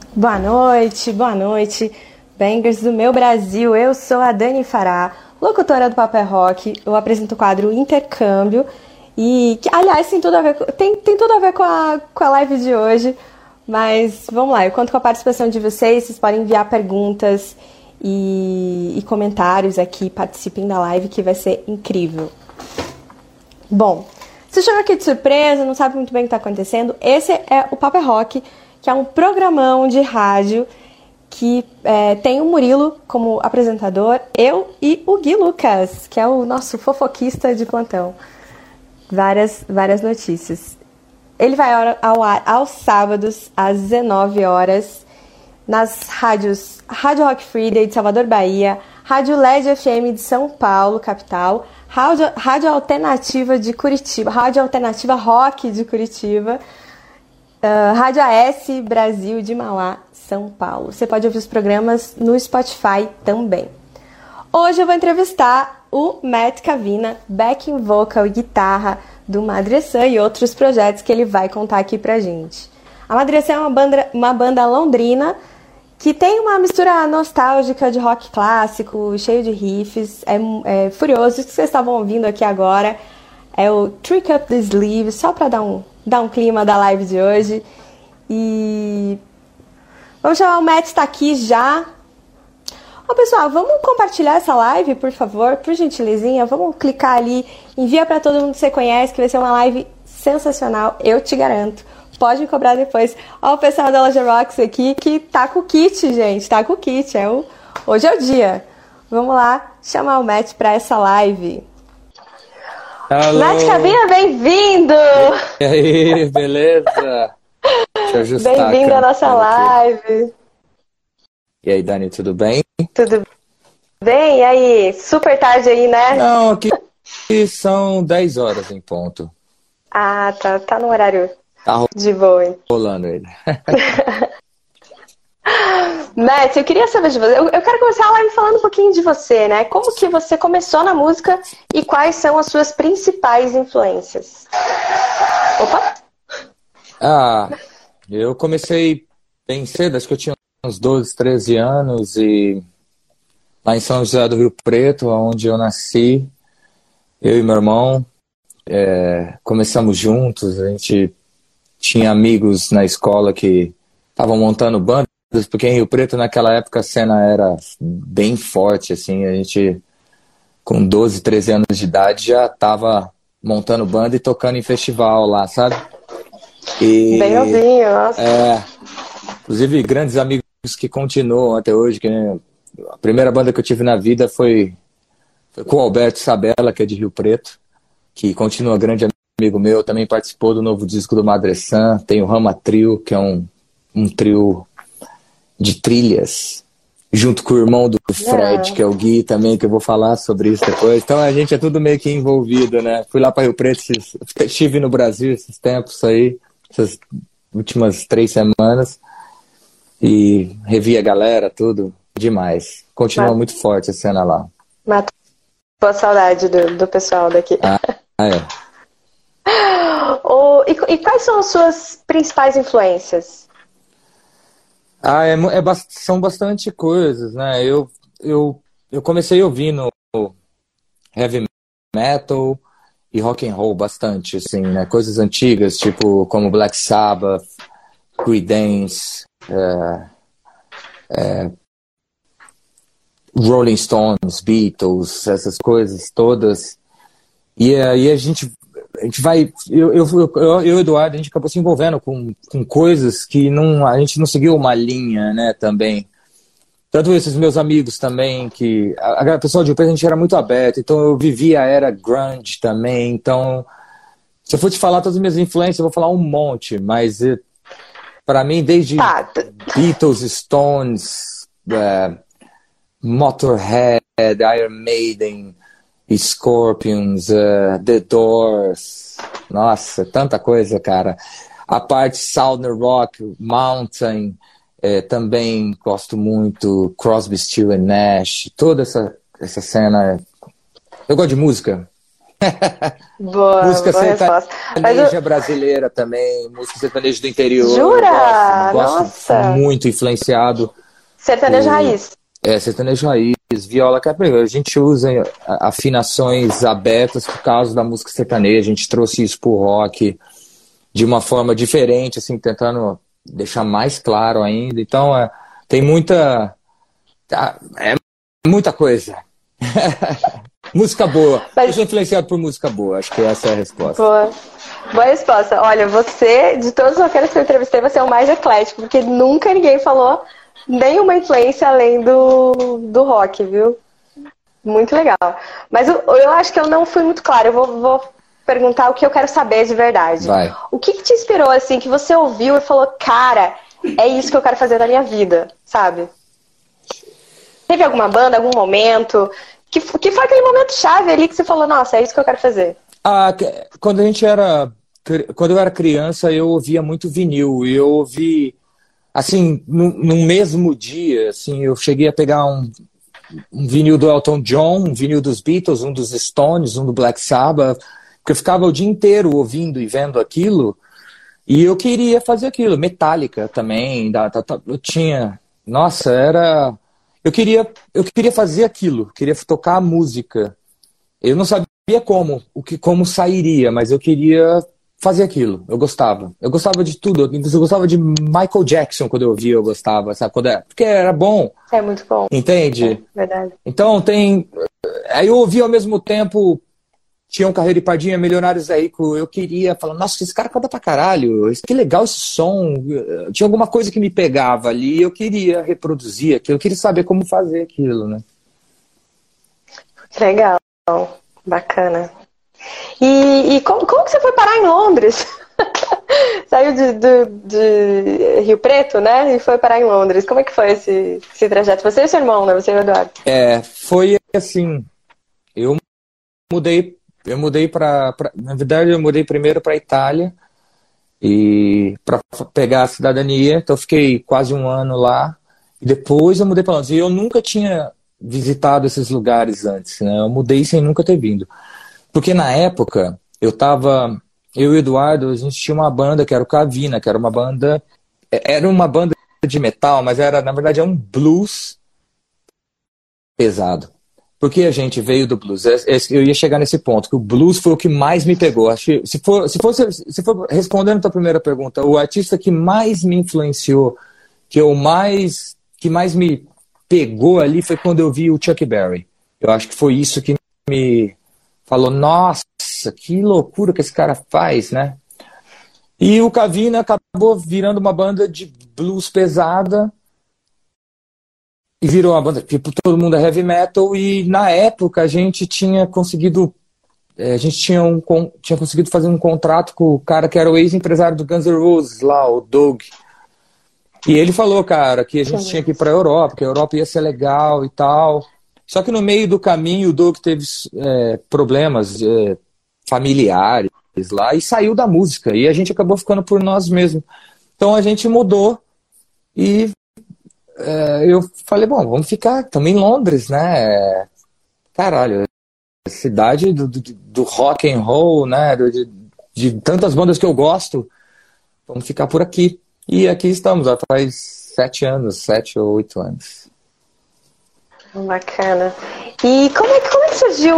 Boa noite, bangers do meu Brasil. Eu sou a Dani Fará, locutora do Paper Rock. Eu apresento o quadro Intercâmbio e, que, aliás, tem tudo a ver com a live de hoje. Mas vamos lá, eu conto com a participação de vocês. Vocês podem enviar perguntas e comentários aqui. Participem da live que vai ser incrível. Bom, se chegou aqui de surpresa, não sabe muito bem o que está acontecendo, esse é o Paper Rock, que é um programão de rádio que tem o Murilo como apresentador, eu e o Gui Lucas, que é o nosso fofoquista de plantão. Várias notícias. Ele vai ao ar aos sábados, às 19 horas, nas rádios Rádio Rock Friday de Salvador, Bahia, Rádio LED FM de São Paulo, capital, Rádio Alternativa de Curitiba, Rádio Alternativa Rock de Curitiba, Rádio AS Brasil de Mauá, São Paulo. Você pode ouvir os programas no Spotify também. Hoje eu vou entrevistar o Matt Cavina, backing vocal e guitarra do Madresan e outros projetos que ele vai contar aqui pra gente. A Madresan é uma banda londrina que tem uma mistura nostálgica de rock clássico, cheio de riffs, é furioso. Isso que vocês estavam ouvindo aqui agora é o Trick Up the Sleeve, só pra dar um clima da live de hoje. E vamos chamar o Matt, tá aqui já. Ó, pessoal, vamos compartilhar essa live, por favor, por gentilizinha. Vamos clicar ali, envia pra todo mundo que você conhece, que vai ser uma live sensacional, eu te garanto. Pode me cobrar depois. Ó, o pessoal da Loja Rocks aqui, que tá com o kit, gente, tá com o kit. Hoje é o dia. Vamos lá chamar o Matt pra essa live. Alô. Matt Cavina, bem-vindo! E aí, beleza? Deixa eu ajustar. Bem-vindo à nossa live. E aí, Dani, tudo bem? Tudo bem? E aí? Super tarde aí, né? Não, aqui são 10 horas em ponto. Ah, tá no horário Tá de boa, hein? rolando ele. Matt, eu queria saber de você. Eu quero começar a live falando um pouquinho de você, né? Como que você começou na música e quais são as suas principais influências? Opa! Eu comecei bem cedo, acho que eu tinha uns 12, 13 anos, e lá em São José do Rio Preto, onde eu nasci, eu e meu irmão começamos juntos. A gente tinha amigos na escola que estavam montando bandas, porque em Rio Preto naquela época a cena era bem forte, assim. A gente com 12, 13 anos de idade já estava montando banda e tocando em festival lá, sabe? E, bem novinho, nossa. Inclusive grandes amigos que continuam até hoje, que a primeira banda que eu tive na vida foi com o Alberto Sabella, que é de Rio Preto, que continua grande amigo meu, também participou do novo disco do Madresan. Tem o Rama Trio, que é um trio de trilhas, junto com o irmão do Fred, que é o Gui também, que eu vou falar sobre isso depois. Então a gente é tudo meio que envolvido, né? Fui lá para Rio Preto, estive no Brasil esses tempos aí, essas últimas 3 semanas, e revi a galera, tudo demais. Continua muito forte a cena lá. Matou a saudade do pessoal daqui. É. E quais são as suas principais influências? São bastante coisas, né? Eu comecei ouvindo heavy metal e rock and roll bastante, assim, né? Coisas antigas, tipo como Black Sabbath, Creedence, Rolling Stones, Beatles, essas coisas todas. E aí a gente vai... Eu e o Eduardo, a gente acabou se envolvendo com coisas que a gente não seguiu uma linha, né, também. Tanto esses meus amigos também, que... A pessoa de Rio Preto, a gente era muito aberto, então eu vivia a era grunge também. Então, se eu for te falar todas as minhas influências, eu vou falar um monte, mas para mim, desde Beatles, Stones, Motorhead, Iron Maiden, Scorpions, The Doors, nossa, tanta coisa, cara. A parte Southern Rock, Mountain, também gosto muito, Crosby, Stills and Nash, toda essa cena. Eu gosto de música, Boa, Música boa resposta. sertaneja brasileira também, música sertaneja do interior. Jura? Eu gosto Nossa! muito, influenciado Sertanejo por raiz. sertanejo raiz, viola caipira. A gente usa afinações abertas por causa da música sertaneja. A gente trouxe isso pro rock de uma forma diferente, assim, tentando deixar mais claro ainda. Então, tem muita coisa. Música boa. Eu Mas, sou influenciado por música boa, acho que essa é a resposta. boa, boa resposta. Olha, você, de todos os roqueiros que eu entrevistei, você é o mais eclético, porque nunca ninguém falou nenhuma influência além do rock, viu? Muito legal. Mas eu acho que eu não fui muito clara. Eu vou perguntar o que eu quero saber de verdade. Vai. O que te inspirou, assim, que você ouviu e falou, cara, é isso que eu quero fazer na minha vida, sabe? Teve alguma banda, algum momento, que foi aquele momento chave ali que você falou, nossa, é isso que eu quero fazer. Quando quando eu era criança, eu ouvia muito vinil. E eu ouvi, assim, no mesmo dia, assim, eu cheguei a pegar um vinil do Elton John, um vinil dos Beatles, um dos Stones, um do Black Sabbath, porque eu ficava o dia inteiro ouvindo e vendo aquilo, e eu queria fazer aquilo. Metallica também, eu tinha, nossa, eu queria fazer aquilo, queria tocar a música. Eu não sabia como sairia, mas eu queria fazer aquilo. Eu gostava. Eu gostava de tudo. Eu gostava de Michael Jackson quando eu ouvia, eu gostava, sabe? Porque era bom, É muito bom. É, entende? verdade. Então tem. Aí eu ouvia ao mesmo tempo. Tinha um Carreiro e Pardinha, Milionários é Rico. Eu queria falar, nossa, esse cara canta pra caralho. Que legal esse som. Tinha alguma coisa que me pegava ali. Eu queria reproduzir aquilo. Eu queria saber como fazer aquilo, né? Legal. Bacana. E como que você foi parar em Londres? Saiu de Rio Preto, né? E foi parar em Londres. Como é que foi esse trajeto? Você e seu irmão, né? Você e o Eduardo. Foi assim. Eu mudei na verdade, eu mudei primeiro para Itália e para pegar a cidadania. Então, eu fiquei quase um ano lá. E depois eu mudei para Londres. E eu nunca tinha visitado esses lugares antes, né? Eu mudei sem nunca ter vindo. Porque na época, eu e o Eduardo, a gente tinha uma banda que era o Cavina, que era uma banda de metal, mas na verdade, é um blues pesado. Porque a gente veio do blues. Eu ia chegar nesse ponto, que o blues foi o que mais me pegou. Acho que se for respondendo a tua primeira pergunta, o artista que mais me influenciou, que mais me pegou ali foi quando eu vi o Chuck Berry. Eu acho que foi isso que me falou, nossa, que loucura que esse cara faz, né? E o Cavina acabou virando uma banda de blues pesada e virou uma banda, tipo, todo mundo é heavy metal, e na época a gente tinha conseguido fazer um contrato com o cara que era o ex-empresário do Guns N' Roses lá, o Doug. E ele falou, cara, que a gente tinha que ir pra Europa, que a Europa ia ser legal e tal. Só que no meio do caminho o Doug teve problemas familiares lá e saiu da música. E a gente acabou ficando por nós mesmos. Então a gente mudou e eu falei, bom, vamos ficar também em Londres, né? Caralho, cidade do rock and roll, né? De tantas bandas que eu gosto. Vamos ficar por aqui. E aqui estamos, já faz 7 ou 8 anos. Bacana. E como é que surgiu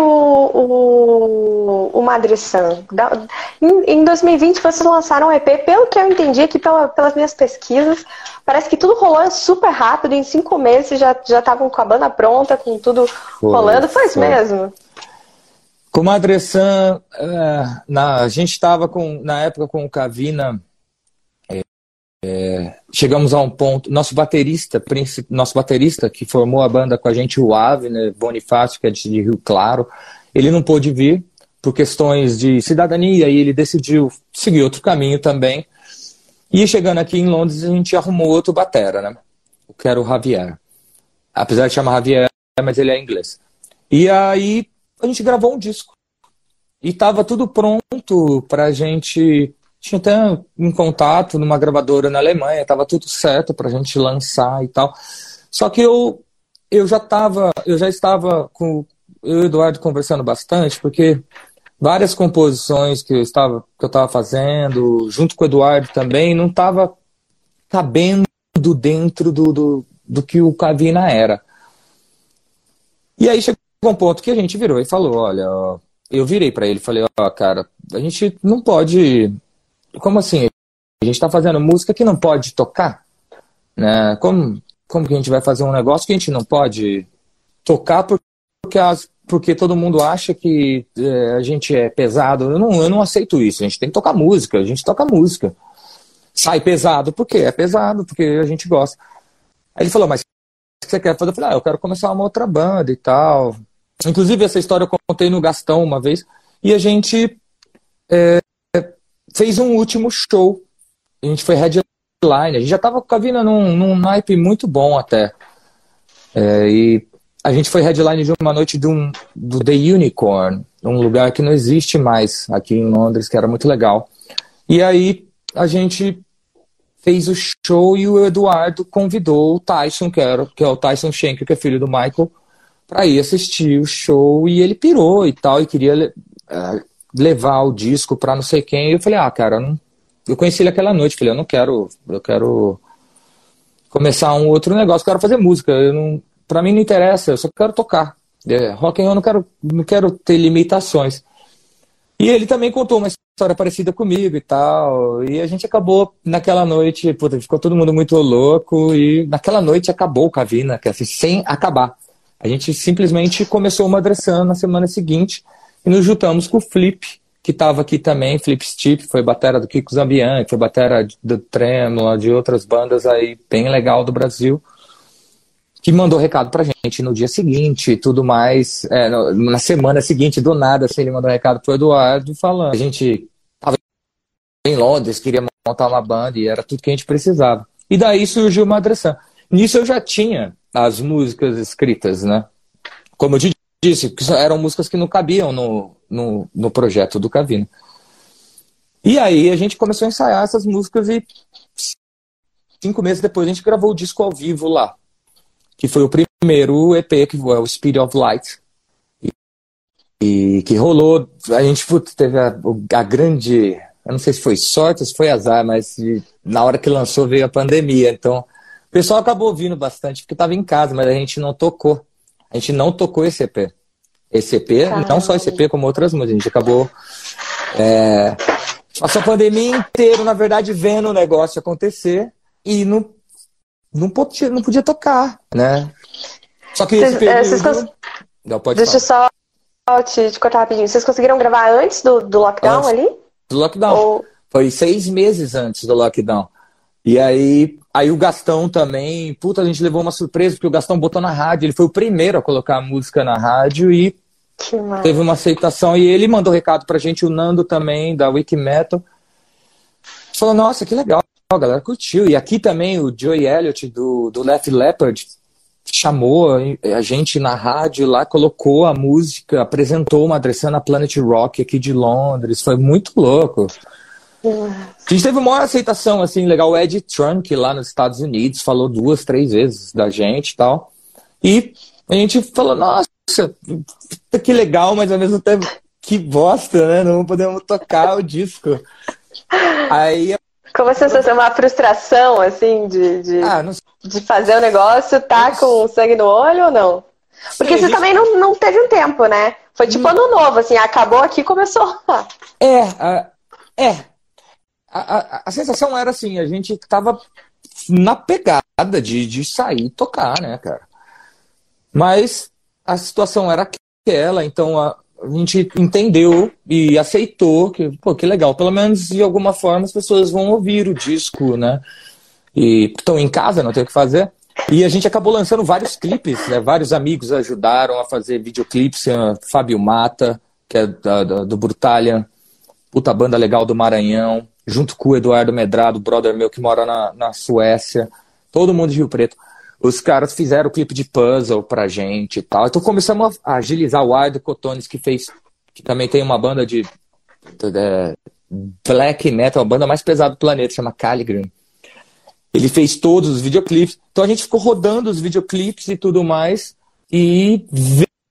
o Madre San? Em 2020 vocês lançaram um EP, pelo que eu entendi aqui pelas minhas pesquisas, parece que tudo rolou super rápido, em 5 meses já estavam com a banda pronta, com tudo rolando, foi isso mesmo? Com o Madre San, a gente estava na época com o Cavina, chegamos a um ponto, nosso baterista que formou a banda com a gente, o Avner Bonifácio, que é de Rio Claro, ele não pôde vir por questões de cidadania e ele decidiu seguir outro caminho também. E chegando aqui em Londres, a gente arrumou outro batera, né? Que era o Javier. Apesar de chamar Javier, mas ele é inglês. E aí a gente gravou um disco. E tava tudo pronto pra gente. Tinha até um contato numa gravadora na Alemanha, tava tudo certo pra gente lançar e tal. Só que eu já estava com eu e o Eduardo conversando bastante, porque várias composições que eu estava fazendo, junto com o Eduardo também, não estava cabendo dentro do que o Cavina era. E aí chegou um ponto que a gente virou e falou, olha, ó, eu virei para ele e falei, ó, cara, a gente não pode, como assim? A gente está fazendo música que não pode tocar, né? Como que a gente vai fazer um negócio que a gente não pode tocar porque todo mundo acha que a gente é pesado? Eu não aceito isso, a gente tem que tocar música, a gente toca música. Sai pesado, por quê? É pesado, porque a gente gosta. Aí ele falou, mas o que você quer fazer? Eu falei, eu quero começar uma outra banda e tal. Inclusive, essa história eu contei no Gastão uma vez, e a gente fez um último show. A gente foi headline, a gente já tava com a Cavina num naipe muito bom até. E a gente foi headline de uma noite do The Unicorn, um lugar que não existe mais aqui em Londres, que era muito legal. E aí a gente fez o show e o Eduardo convidou o Tyson, que é o Tyson Schenker, que é filho do Michael, para ir assistir o show, e ele pirou e tal, e queria levar o disco para não sei quem. E eu falei, cara, eu conheci ele aquela noite, falei, eu quero começar um outro negócio, eu quero fazer música, para mim não interessa, eu só quero tocar. Rock and roll não quero ter limitações. E ele também contou uma história parecida comigo e tal, e a gente acabou naquela noite, ficou todo mundo muito louco, e naquela noite acabou o Cavina, que assim, sem acabar. A gente simplesmente começou uma Madresana na semana seguinte, e nos juntamos com o Flip, que estava aqui também, Flip Stipe, foi batera do Kiko Zambian, foi batera do Trêmula, de outras bandas aí, bem legal do Brasil, que mandou recado pra gente no dia seguinte e tudo mais. Na semana seguinte, do nada, assim, ele mandou recado pro Eduardo falando. A gente tava em Londres, queria montar uma banda e era tudo que a gente precisava. E daí surgiu o Madresana. Nisso eu já tinha as músicas escritas, né? Como eu te disse, que eram músicas que não cabiam no projeto do Cavina. E aí a gente começou a ensaiar essas músicas e 5 meses depois a gente gravou o disco ao vivo lá, que foi o primeiro EP, que foi o Speed of Light, e que rolou. A gente teve a grande, eu não sei se foi sorte ou se foi azar, mas na hora que lançou veio a pandemia, então o pessoal acabou ouvindo bastante, porque estava em casa, mas a gente não tocou. A gente não tocou esse EP. Esse EP, Caramba. Não só esse EP, como outras músicas. A gente acabou... passou a pandemia inteira, na verdade, vendo o negócio acontecer e não podia tocar, né? Só que esse período... Não, Deixa eu só te cortar rapidinho. Vocês conseguiram gravar antes do lockdown ali? Do lockdown. Foi 6 meses antes do lockdown. E aí o Gastão também... a gente levou uma surpresa, porque o Gastão botou na rádio. Ele foi o primeiro a colocar a música na rádio e teve uma aceitação. E ele mandou recado pra gente, o Nando também, da Wikimetal. Falou, nossa, que legal. A galera curtiu. E aqui também o Joey Elliott do Def Leppard chamou a gente na rádio lá, colocou a música, apresentou uma Madresana na Planet Rock aqui de Londres. Foi muito louco. A gente teve uma maior aceitação, assim, legal. O Ed Trunk lá nos Estados Unidos falou 2, 3 vezes da gente e tal. E a gente falou, nossa, que legal, mas ao mesmo tempo, que bosta, né? Não podemos tocar o disco. Aí... Como a sensação, uma frustração, assim, de fazer o negócio, tá com sangue no olho ou não? Porque você também não teve um tempo, né? Foi tipo ano novo, assim, acabou aqui, começou. A sensação era assim, a gente tava na pegada de sair e tocar, né, cara? Mas a situação era aquela, então a gente entendeu e aceitou que legal, pelo menos de alguma forma as pessoas vão ouvir o disco, né? E estão em casa, não tem o que fazer. E a gente acabou lançando vários clipes, né? Vários amigos ajudaram a fazer videoclipes, Fábio Mata, que é do Brutalian, puta banda legal do Maranhão, junto com o Eduardo Medrado, brother meu que mora na Suécia, todo mundo de Rio Preto. Os caras fizeram o clipe de Puzzle pra gente e tal. Então começamos a agilizar. O Ardo Cotones, que também tem uma banda de black metal, a banda mais pesada do planeta, chama Caligram. Ele fez todos os videoclipes. Então a gente ficou rodando os videoclipes e tudo mais. E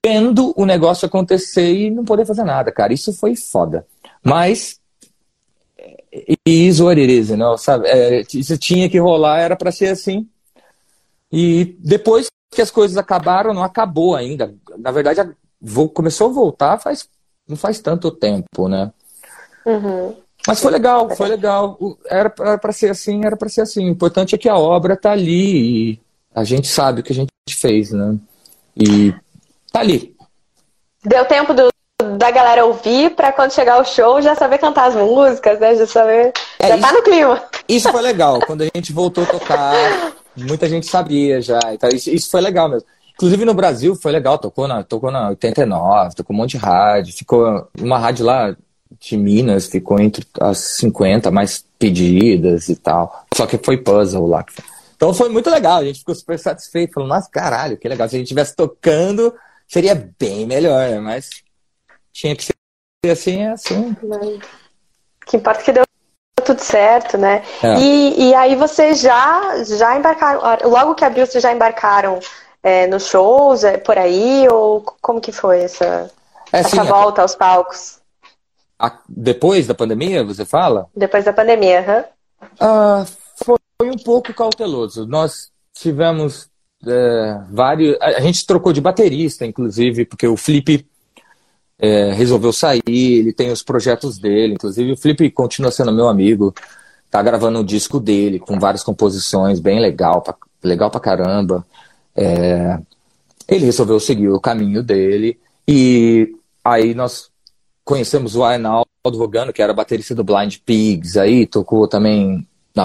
vendo o negócio acontecer e não poder fazer nada, cara. Isso foi foda. Mas, is what it is, não, sabe? Isso tinha que rolar, era pra ser assim. E depois que as coisas acabaram, não acabou ainda. Na verdade, começou a voltar não faz tanto tempo, né? Uhum. Mas foi legal, foi legal. Era pra ser assim, era pra ser assim. O importante é que a obra tá ali e a gente sabe o que a gente fez, né? E tá ali. Deu tempo da galera ouvir pra quando chegar o show já saber cantar as músicas, né? Já saber. Já tá no clima. Isso foi legal. Quando a gente voltou a tocar, muita gente sabia já. Então, isso foi legal mesmo. Inclusive no Brasil foi legal. Tocou na 89, tocou um monte de rádio. Ficou uma rádio lá de Minas, ficou entre as 50 mais pedidas e tal. Só que foi puzzle lá. Então foi muito legal. A gente ficou super satisfeito. Falou, nossa, caralho, que legal. Se a gente estivesse tocando, seria bem melhor, né? Mas tinha que ser assim, é assim. Que importa que deu tudo certo, né? E aí vocês já embarcaram, logo que abriu, vocês já embarcaram nos shows, por aí, ou como que foi essa volta aos palcos? Depois da pandemia, você fala? Depois da pandemia, foi um pouco cauteloso. Nós tivemos vários... A gente trocou de baterista, inclusive, porque o Felipe resolveu sair, ele tem os projetos dele, inclusive o Felipe continua sendo meu amigo, tá gravando um disco dele, com várias composições, bem legal pra caramba. Ele resolveu seguir o caminho dele, e aí nós conhecemos o Arnaldo Rogano, que era baterista do Blind Pigs, aí tocou também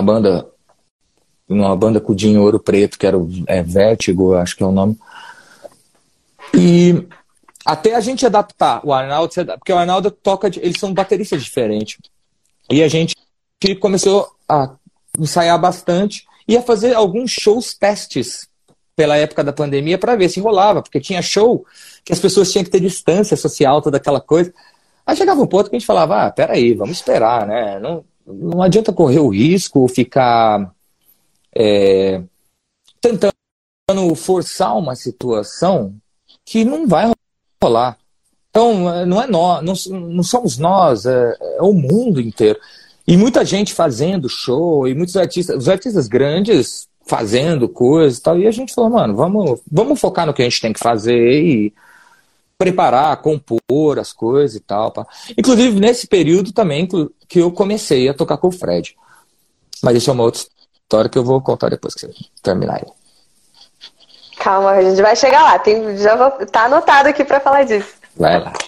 numa banda com o Dinho Ouro Preto, que era o Vértigo, acho que é o nome. E até a gente adaptar o Arnaldo, porque o Arnaldo toca, eles são bateristas diferentes. E a gente começou a ensaiar bastante e a fazer alguns shows testes pela época da pandemia para ver se rolava, porque tinha show que as pessoas tinham que ter distância social, toda aquela coisa. Aí chegava um ponto que a gente falava, peraí, vamos esperar, né? Não adianta correr o risco ou ficar tentando forçar uma situação que não vai rolar. Então, não é nós, não somos nós, é o mundo inteiro. E muita gente fazendo show, e muitos os artistas grandes fazendo coisas e tal, e a gente falou, mano, vamos focar no que a gente tem que fazer e preparar, compor as coisas e tal. Pá. Inclusive, nesse período também que eu comecei a tocar com o Fred. Mas isso é uma outra história que eu vou contar depois que você terminar aí. Calma, a gente vai chegar lá. Tá anotado aqui pra falar disso. Vai lá.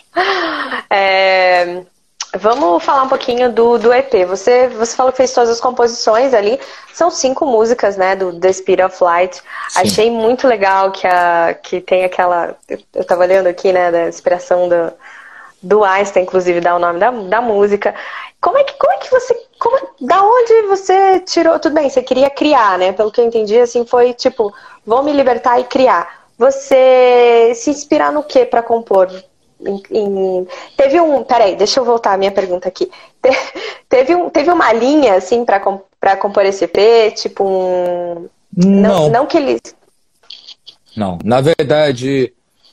Vamos falar um pouquinho do EP. Você falou que fez todas as composições ali. São 5 músicas, né, do The Speed of Light. Sim. Achei muito legal que tem aquela... Eu tava olhando aqui, né, da inspiração do Einstein, inclusive, dá o nome da música. Como é que você... da onde você tirou... Tudo bem, você queria criar, né? Pelo que eu entendi, assim, foi tipo... Vou me libertar e criar. Você se inspirar no que pra compor? Peraí, deixa eu voltar a minha pergunta aqui. Teve uma linha, assim, pra compor esse EP? Tipo um... Não que eles... Não, na verdade...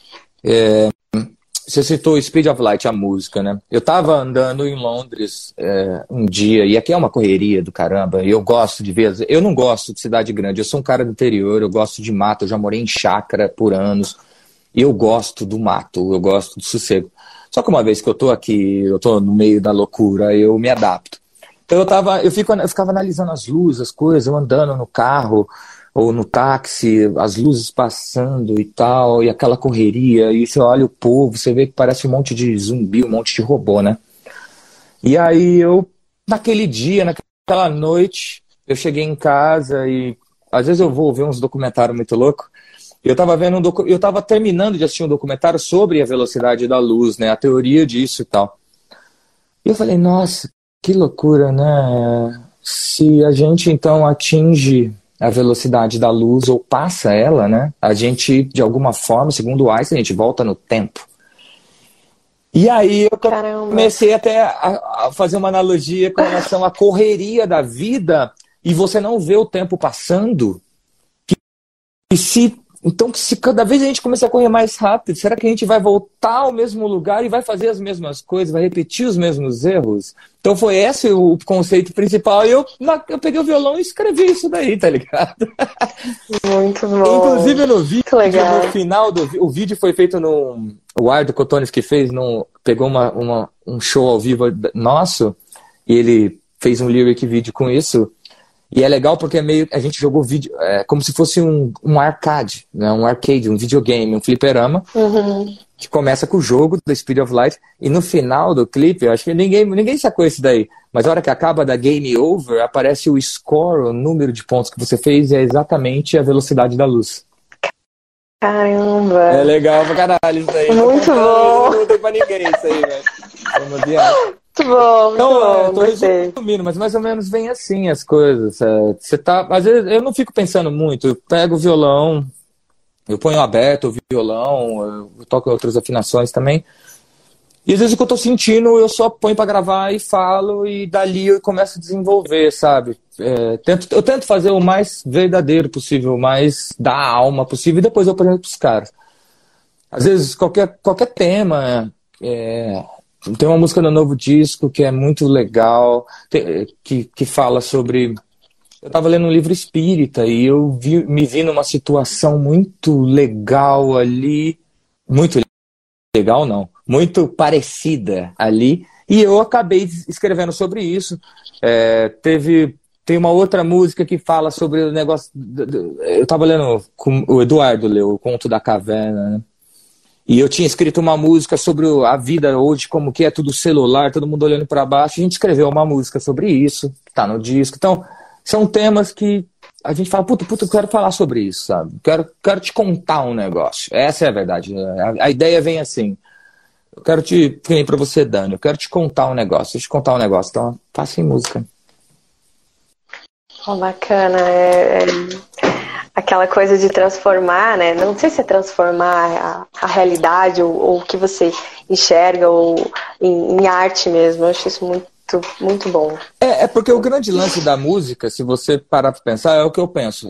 Você citou Speed of Light, a música, né? Eu tava andando em Londres um dia, e aqui é uma correria do caramba, e eu gosto de ver... Eu não gosto de cidade grande, eu sou um cara do interior, eu gosto de mato, eu já morei em chácara por anos, e eu gosto do mato, eu gosto do sossego. Só que uma vez que eu tô aqui, eu tô no meio da loucura, eu me adapto. Então eu ficava analisando as luzes, as coisas, eu andando no carro ou no táxi, as luzes passando e tal, e aquela correria, e você olha o povo, você vê que parece um monte de zumbi, um monte de robô, né? E aí naquele dia, naquela noite, eu cheguei em casa e às vezes eu vou ver uns documentários muito loucos. Eu tava terminando de assistir um documentário sobre a velocidade da luz, né? A teoria disso e tal. E eu falei, nossa, que loucura, né? Se a gente então atinge a velocidade da luz ou passa ela, né? A gente, de alguma forma, segundo Einstein, a gente volta no tempo. E aí eu comecei até a fazer uma analogia com relação à correria da vida e você não vê o tempo passando. E se Então, se cada vez a gente começar a correr mais rápido, será que a gente vai voltar ao mesmo lugar e vai fazer as mesmas coisas, vai repetir os mesmos erros? Então foi esse o conceito principal. E eu peguei o violão e escrevi isso daí, tá ligado? Muito bom. Inclusive no vídeo, no final o vídeo foi feito no... O Ardo Cotones que fez, pegou um show ao vivo nosso, e ele fez um lyric vídeo com isso. E é legal porque a gente jogou vídeo, como se fosse um arcade, né? Um arcade, um videogame, um fliperama, que começa com o jogo da Speed of Light, e no final do clipe, eu acho que ninguém sacou isso daí, mas a hora que acaba da Game Over, aparece o score, o número de pontos que você fez, e é exatamente a velocidade da luz. Caramba! É legal pra caralho isso aí. Muito bom! Não tem pra ninguém isso aí, velho. Muito bom, muito bom. Eu tô resumindo, mas mais ou menos vem assim as coisas. Você tá, às vezes eu não fico pensando muito, eu pego o violão, eu ponho aberto o violão, eu toco outras afinações também. E às vezes o que eu tô sentindo, eu só ponho pra gravar e falo, e dali eu começo a desenvolver, sabe? Eu tento fazer o mais verdadeiro possível, o mais da alma possível, e depois eu apresento pros caras. Às vezes qualquer tema. Tem uma música no novo disco que é muito legal, que fala sobre... Eu estava lendo um livro espírita e eu me vi numa situação muito legal ali, muito legal não, muito parecida ali, e eu acabei escrevendo sobre isso. Tem uma outra música que fala sobre o negócio... Eu estava lendo, o Eduardo leu O Conto da Caverna, né? E eu tinha escrito uma música sobre a vida hoje, como que é tudo celular, todo mundo olhando para baixo. A gente escreveu uma música sobre isso, tá no disco. Então, são temas que a gente fala, puta, eu quero falar sobre isso, sabe? Quero te contar um negócio. Essa é a verdade. A ideia vem assim. Eu quero que nem pra você, Dani, eu quero te contar um negócio. Deixa eu te contar um negócio. Então, faça em música. Oh, bacana. Aquela coisa de transformar, né? Não sei se é transformar a realidade ou o que você enxerga ou em arte mesmo. Eu acho isso muito, muito bom. Porque o grande lance da música, se você parar pra pensar, é o que eu penso.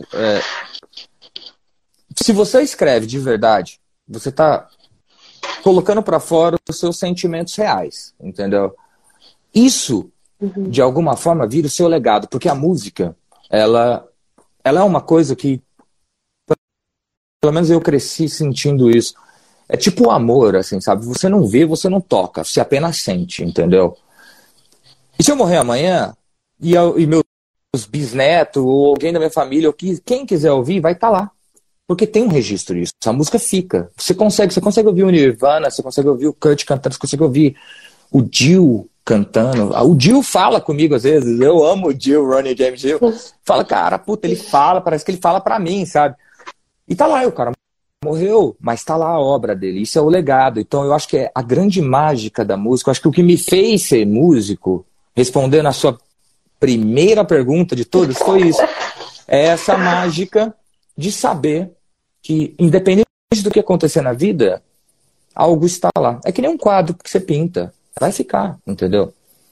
Se você escreve de verdade, você tá colocando pra fora os seus sentimentos reais, entendeu? Isso, de alguma forma, vira o seu legado, porque a música, ela é uma coisa que, pelo menos eu cresci sentindo isso. É tipo o amor, assim, sabe? Você não vê, você não toca, você apenas sente, entendeu? E se eu morrer amanhã, e meus bisnetos, ou alguém da minha família, ou quem quiser ouvir, vai estar lá. Porque tem um registro disso. A música fica. Você consegue ouvir o Nirvana, você consegue ouvir o Kurt cantando, você consegue ouvir o Dio cantando. O Dio fala comigo às vezes. Eu amo o Dio, Ronnie James Dio. Fala, cara, puta, ele fala, parece que ele fala pra mim, sabe? E tá lá, o cara morreu, mas tá lá a obra dele. Isso é o legado. Então eu acho que é a grande mágica da música. Eu acho que o que me fez ser músico, respondendo a sua primeira pergunta de todas, foi isso. É essa mágica de saber que, independente do que acontecer na vida, algo está lá. É que nem um quadro que você pinta. Vai ficar, entendeu?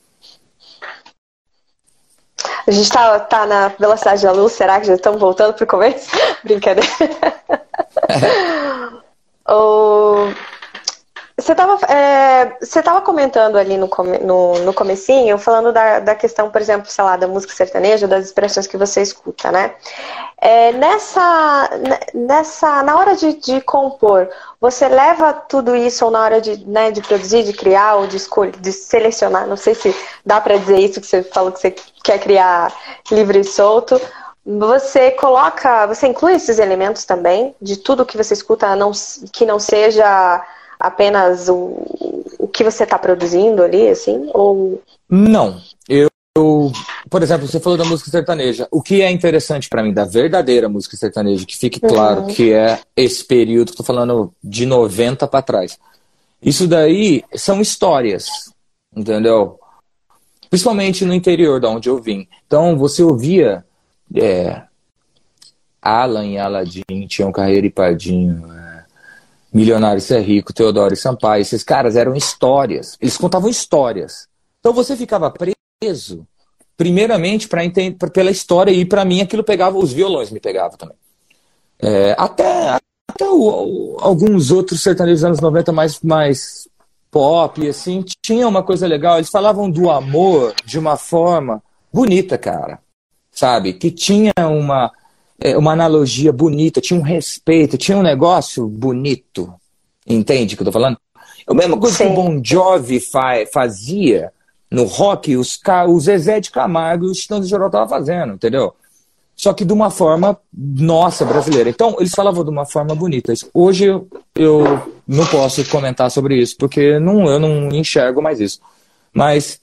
A gente tá na velocidade da luz, será que já estamos voltando pro começo? Brincadeira. Você tava comentando ali no comecinho, falando da questão, por exemplo, sei lá, da música sertaneja, das expressões que você escuta, né? Na hora de compor, você leva tudo isso ou na hora de produzir, de criar ou de selecionar, não sei se dá pra dizer isso, que você falou que você quer criar livre e solto. Você inclui esses elementos também, de tudo que você escuta, que não seja apenas o que você está produzindo ali, assim? Ou... Não. Por exemplo, você falou da música sertaneja. O que é interessante para mim da verdadeira música sertaneja, que fique claro que é esse período, que eu tô falando de 90 para trás. Isso daí são histórias, entendeu? Principalmente no interior de onde eu vim. Então você ouvia Alan e Aladim, Tião Carreiro e Pardinho, Milionário Cê é Rico, Teodoro e Sampaio. Esses caras eram histórias. Eles contavam histórias. Então você ficava preso, primeiramente, pela história, e para mim aquilo pegava, os violões me pegavam também. Até até alguns outros sertanejos dos anos 90 mais pop, assim, tinha uma coisa legal. Eles falavam do amor de uma forma bonita, cara. Sabe? Que tinha uma analogia bonita, tinha um respeito, tinha um negócio bonito. Entende o que eu tô falando? É a mesma coisa que o Bon Jovi fazia no rock, o Zezé de Camargo e o Chitão de Choró estavam fazendo, entendeu? Só que de uma forma nossa, brasileira. Então, eles falavam de uma forma bonita. Hoje eu não posso comentar sobre isso, porque eu não enxergo mais isso. Mas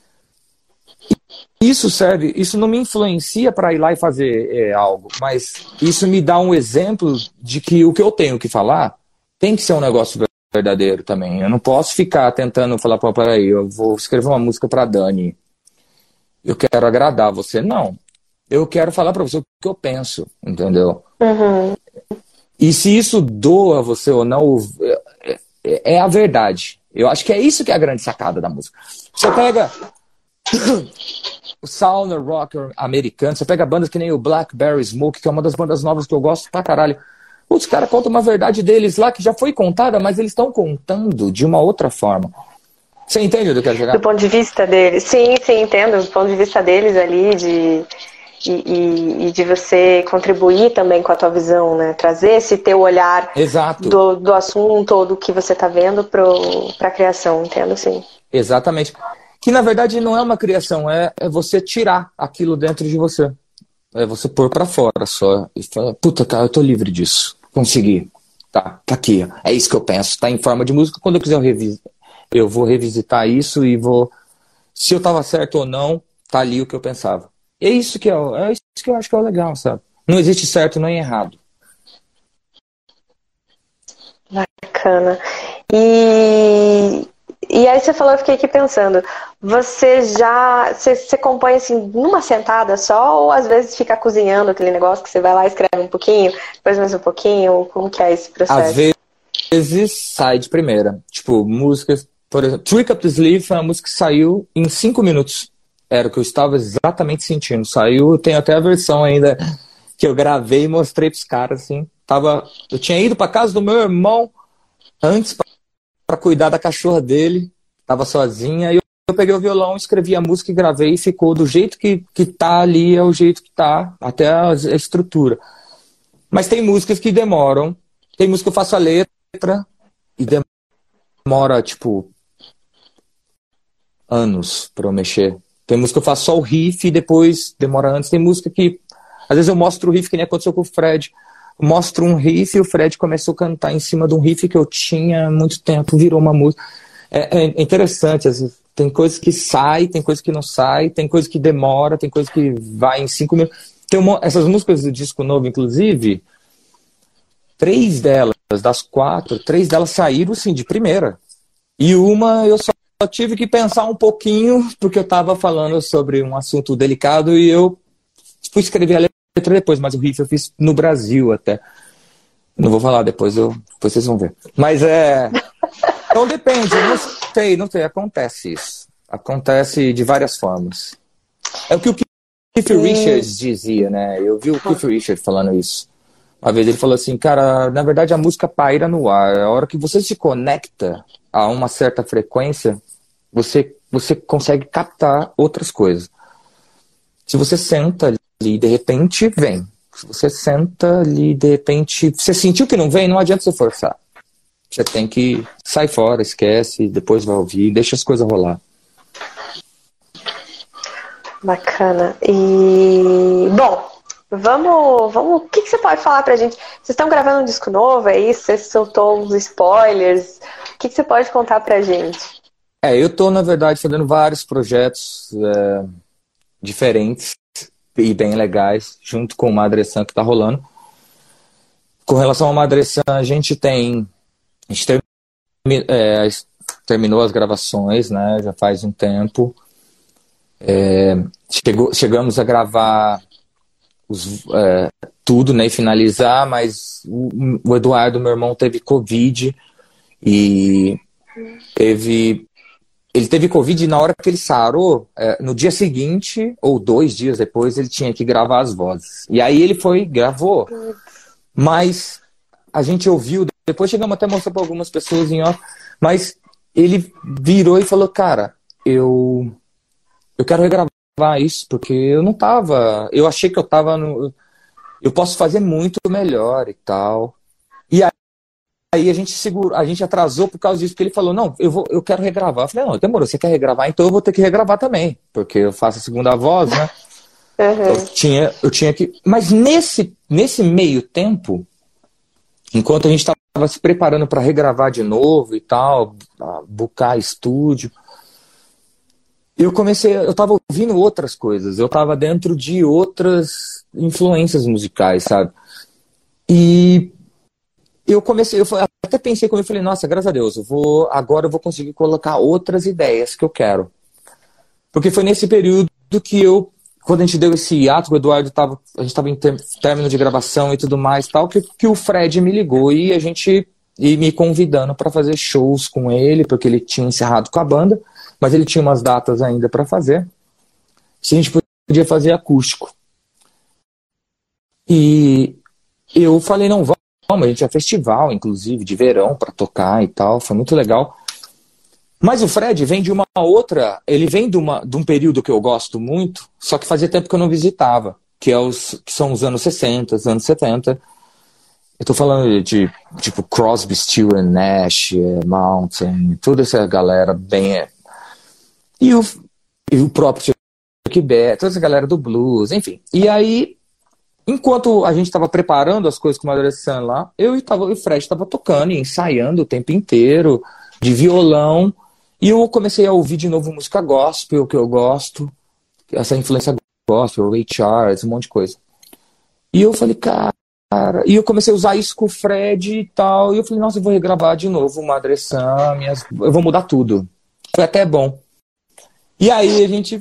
isso não me influencia para ir lá e fazer algo, mas isso me dá um exemplo de que o que eu tenho que falar tem que ser um negócio verdadeiro também. Eu não posso ficar tentando falar, pô, peraí, eu vou escrever uma música para Dani, eu quero agradar você. Não, eu quero falar para você o que eu penso, entendeu? Uhum. E se isso doa você ou não, é a verdade. Eu acho que é isso que é a grande sacada da música. Você pega o sound rock americano, você pega bandas que nem o Blackberry Smoke, que é uma das bandas novas que eu gosto pra caralho. Os caras contam uma verdade deles lá que já foi contada, mas eles estão contando de uma outra forma. Você entende onde eu quero chegar? Do ponto de vista deles, sim, entendo. Do ponto de vista deles ali, e de você contribuir também com a tua visão, né? Trazer esse teu olhar do assunto ou do que você tá vendo pra criação, entendo, sim. Exatamente. Que na verdade não é uma criação, é você tirar aquilo dentro de você. É você pôr pra fora só. E falar, puta, cara, eu tô livre disso. Consegui. Tá aqui. É isso que eu penso. Tá em forma de música. Quando eu quiser eu vou revisitar isso e vou. Se eu tava certo ou não, tá ali o que eu pensava. É isso que eu acho que é o legal, sabe? Não existe certo nem errado. Bacana. E aí você falou, eu fiquei aqui pensando, você compõe assim numa sentada só, ou às vezes fica cozinhando aquele negócio que você vai lá e escreve um pouquinho, depois mais um pouquinho, como que é esse processo? Às vezes sai de primeira. Tipo, músicas, por exemplo, Trick Up the Sleeve foi uma música que saiu em 5 minutos. Era o que eu estava exatamente sentindo. Saiu, tem até a versão ainda que eu gravei e mostrei pros caras, assim. Eu tinha ido pra casa do meu irmão antes para cuidar da cachorra dele, tava sozinha, e eu peguei o violão, escrevi a música e gravei, e ficou do jeito que tá ali, é o jeito que tá, até a estrutura. Mas tem músicas que demoram, tem música que eu faço a letra, e demora, tipo, anos pra eu mexer. Tem música que eu faço só o riff, e depois demora anos. Tem música que, às vezes eu mostro o riff, que nem aconteceu com o Fred, mostro um riff e o Fred começou a cantar em cima de um riff que eu tinha há muito tempo, virou uma música. É interessante, tem coisas que saem, tem coisas que não saem, tem coisas que demora, tem coisas que vai em 5 minutos. Essas músicas do disco novo, inclusive, 3 delas, das 4, 3 delas saíram, assim, de primeira. E uma eu só tive que pensar um pouquinho, porque eu estava falando sobre um assunto delicado e eu fui escrever a letra depois, mas o riff eu fiz no Brasil até. Não vou falar depois vocês vão ver. Mas então depende, não sei, acontece isso. Acontece de várias formas. É o que o Keith Richards dizia, né? Eu vi o Keith Richards falando isso. Uma vez ele falou assim, cara, na verdade a música paira no ar. A hora que você se conecta a uma certa frequência, você consegue captar outras coisas. Se você senta ali, de repente, vem. Se você senta ali, de repente, você sentiu que não vem, não adianta você forçar. Você tem que sair fora, esquece, depois vai ouvir, deixa as coisas rolar. Bacana. E, bom, vamos. O que você pode falar pra gente? Vocês estão gravando um disco novo, é isso? Você soltou uns spoilers. O que você pode contar pra gente? Eu tô, na verdade, fazendo vários projetos diferentes e bem legais, junto com o Madre San que tá rolando. Com relação ao Madre San, a gente terminou as gravações, né? Já faz um tempo. Chegamos a gravar tudo, né? E finalizar, mas o Eduardo, meu irmão, teve Covid e ele teve Covid na hora que ele sarou, no dia seguinte, ou 2 dias depois, ele tinha que gravar as vozes. E aí ele gravou. Mas a gente ouviu, depois chegamos até a mostrar para algumas pessoas em off, mas ele virou e falou, cara, eu quero regravar isso, porque eu não tava, eu achei que eu tava no, eu posso fazer muito melhor e tal. E aí a gente segurou, a gente atrasou por causa disso, porque ele falou, não, eu quero regravar. Eu falei, não, demorou, você quer regravar, então eu vou ter que regravar também, porque eu faço a segunda voz, né? Eu tinha que. Mas nesse meio tempo, enquanto a gente estava se preparando para regravar de novo e tal, bucar estúdio, eu estava ouvindo outras coisas, eu estava dentro de outras influências musicais, sabe? E até pensei comigo, eu falei, nossa, graças a Deus, agora eu vou conseguir colocar outras ideias que eu quero. Porque foi nesse período que quando a gente deu esse hiato, o Eduardo a gente estava em término de gravação e tudo mais, tal, que o Fred me ligou e me convidando para fazer shows com ele, porque ele tinha encerrado com a banda, mas ele tinha umas datas ainda para fazer. Se a gente podia fazer acústico. E eu falei, não, vamos, a gente tinha festival, inclusive, de verão para tocar e tal, foi muito legal. Mas o Fred vem de uma outra, ele vem de um período que eu gosto muito, só que fazia tempo que eu não visitava, que são os anos 60, os anos 70. Eu tô falando de tipo Crosby, Stills and Nash, Mountain, toda essa galera bem... E o próprio Chuck Berry, toda essa galera do blues, enfim. E aí, enquanto a gente estava preparando as coisas com o Madre Sun lá, eu e o Fred estava tocando e ensaiando o tempo inteiro, de violão. E eu comecei a ouvir de novo música gospel, que eu gosto, essa influência gospel, Ray Charles, um monte de coisa. E eu falei, cara, e eu comecei a usar isso com o Fred e tal, e eu falei, nossa, eu vou regravar de novo Madre Sun, eu vou mudar tudo. Foi até bom. E aí a gente